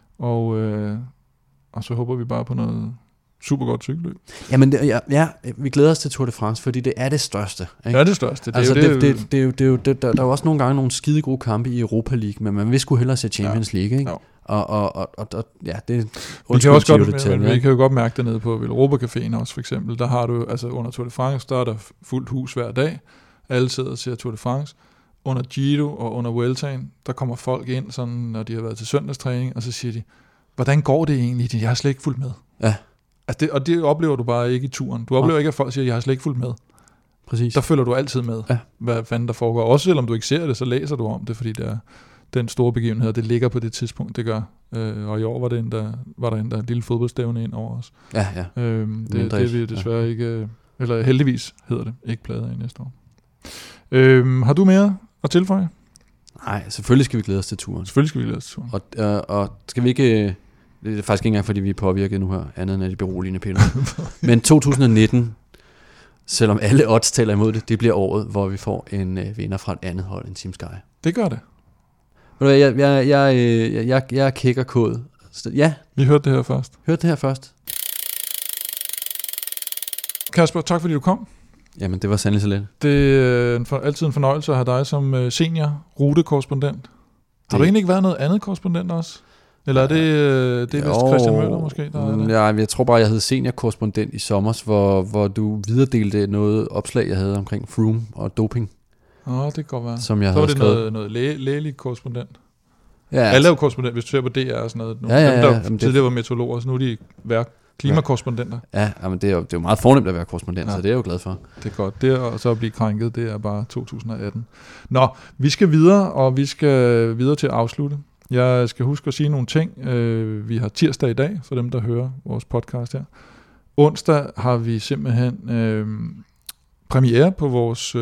S2: Og så håber vi bare på noget super godt cykelløb.
S1: Jamen, vi glæder os til Tour de France, fordi det er det største. Ikke?
S2: Ja, det største.
S1: Der er jo også nogle gange nogle skide gode kampe i Europa League, men man vil sgu hellere se Champions League, ikke? Ja. Og ja, det
S2: vi kan jo godt mærke det nede på Europa Caféen også, for eksempel. Der har du, altså under Tour de France, der er der fuldt hus hver dag. Alle sidder og ser Tour de France. Under Giro og under Vueltaen, der kommer folk ind, sådan, når de har været til søndagstræning, og så siger de, hvordan går det egentlig? Jeg har slet ikke fulgt med.
S1: Ja.
S2: Altså det oplever du bare ikke i turen. Du oplever ikke, at folk siger, jeg har slet ikke fulgt med.
S1: Præcis.
S2: Der følger du altid med, hvad fanden der foregår. Også selvom du ikke ser det, så læser du om det, fordi det er den store begivenhed, og det ligger på det tidspunkt, det gør. Og i år var der en lille fodboldstævne ind over os.
S1: Ja.
S2: Det er vi desværre ikke, eller heldigvis hedder det, ikke plader i næste år. Har du mere at tilføje?
S1: Nej, selvfølgelig skal vi glæde os til turen. Og skal vi ikke... Det er faktisk ikke engang, fordi vi er påvirket nu her, andet end af de beroligende piller. Men 2019, selvom alle odds taler imod det, det bliver året, hvor vi får en vinder fra et andet hold end Team Sky.
S2: Det gør det.
S1: Jeg er kækkerkode. Ja.
S2: Vi hørte det her først. Kasper, tak fordi du kom.
S1: Jamen, det var sandelig så let.
S2: Det er altid en fornøjelse at have dig som senior rutekorrespondent. Har du egentlig ikke været noget andet korrespondent også? Eller er det vist Christian Møller måske?
S1: Jeg tror bare, jeg hed seniorkorrespondent i sommers, hvor du videredelte noget opslag, jeg havde omkring Froome og doping.
S2: Det kan godt være.
S1: Som jeg
S2: så
S1: havde
S2: var det noget lægelig korrespondent.
S1: Ja,
S2: alle er jo korrespondent, hvis du ser på DR og sådan noget. Dem, der tidligere var meteorologer, så nu er de klimakorrespondenter.
S1: Ja, men det er jo meget fornemt at være korrespondent, så det er jeg jo glad for.
S2: Det er godt. Det og så at blive krænket, det er bare 2018. Nå, vi skal videre, og vi skal videre til at afslutte. Jeg skal huske at sige nogle ting. Vi har tirsdag i dag, for dem, der hører vores podcast her. Onsdag har vi simpelthen premiere på vores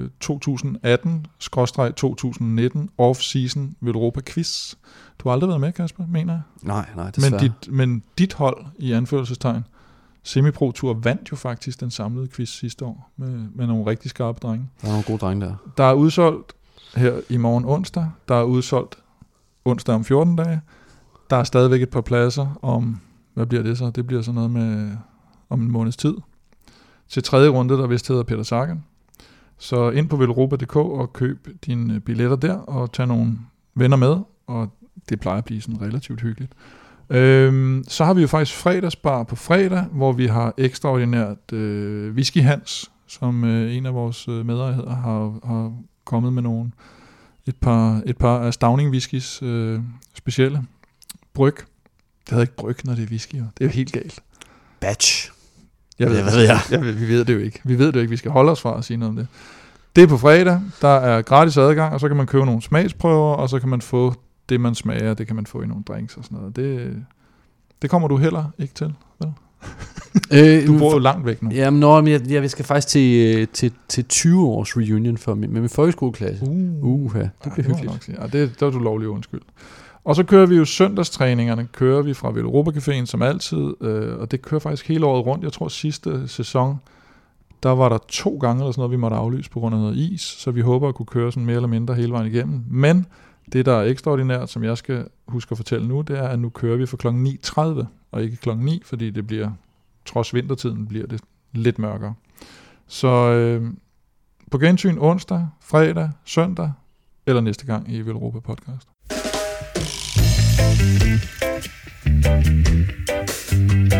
S2: 2018/2019 off-season Velropa Quiz. Du har aldrig været med, Kasper, mener jeg?
S1: Nej, desværre.
S2: Men dit hold, i anførselstegn, Semipro-tur vandt jo faktisk den samlede quiz sidste år med nogle rigtig skarpe drenge.
S1: Der er nogle gode drenge der.
S2: Der er udsolgt her i morgen onsdag. Der er udsolgt onsdag om 14 dage. Der er stadigvæk et par pladser om, hvad bliver det så? Det bliver sådan noget med om en måneds tid. Til tredje runde, der vist hedder Peter Sagan. Så ind på velropa.dk og køb dine billetter der, og tag nogle venner med, og det plejer at blive sådan relativt hyggeligt. Så har vi jo faktisk fredagsbar på fredag, hvor vi har ekstraordinært Whisky Hans, som en af vores medejere har kommet med et par af Stauning Whiskys specielle bryg. Det hedder ikke bryg, når det er whisky. Det er jo helt galt.
S1: Batch.
S2: Vi ved det jo ikke. Vi ved det jo ikke. Vi skal holde os fra at sige noget om det. Det er på fredag. Der er gratis adgang, og så kan man købe nogle smagsprøver, og så kan man få det, man smager. Det kan man få i nogle drinks og sådan noget. Det kommer du heller ikke til, vel? Du bor jo langt væk nu.
S1: Jamen, jeg skal faktisk til 20 års reunion med min folkeskoleklasse. Det bliver hyggeligt.
S2: Ja, det var du lovlig undskyld. Og så kører vi jo søndagstræningerne, kører vi fra Velropa Caféen som altid, og det kører faktisk hele året rundt. Jeg tror sidste sæson, der var der 2 gange eller sådan noget, vi måtte aflyse på grund af noget is, så vi håber at kunne køre sådan mere eller mindre hele vejen igennem. Men det, der er ekstraordinært, som jeg skal huske at fortælle nu, det er, at nu kører vi fra kl. 9.30, og ikke kl. 9, fordi det bliver, trods vintertiden, bliver det lidt mørkere. Så på gensyn onsdag, fredag, søndag, eller næste gang i Velropa Podcast.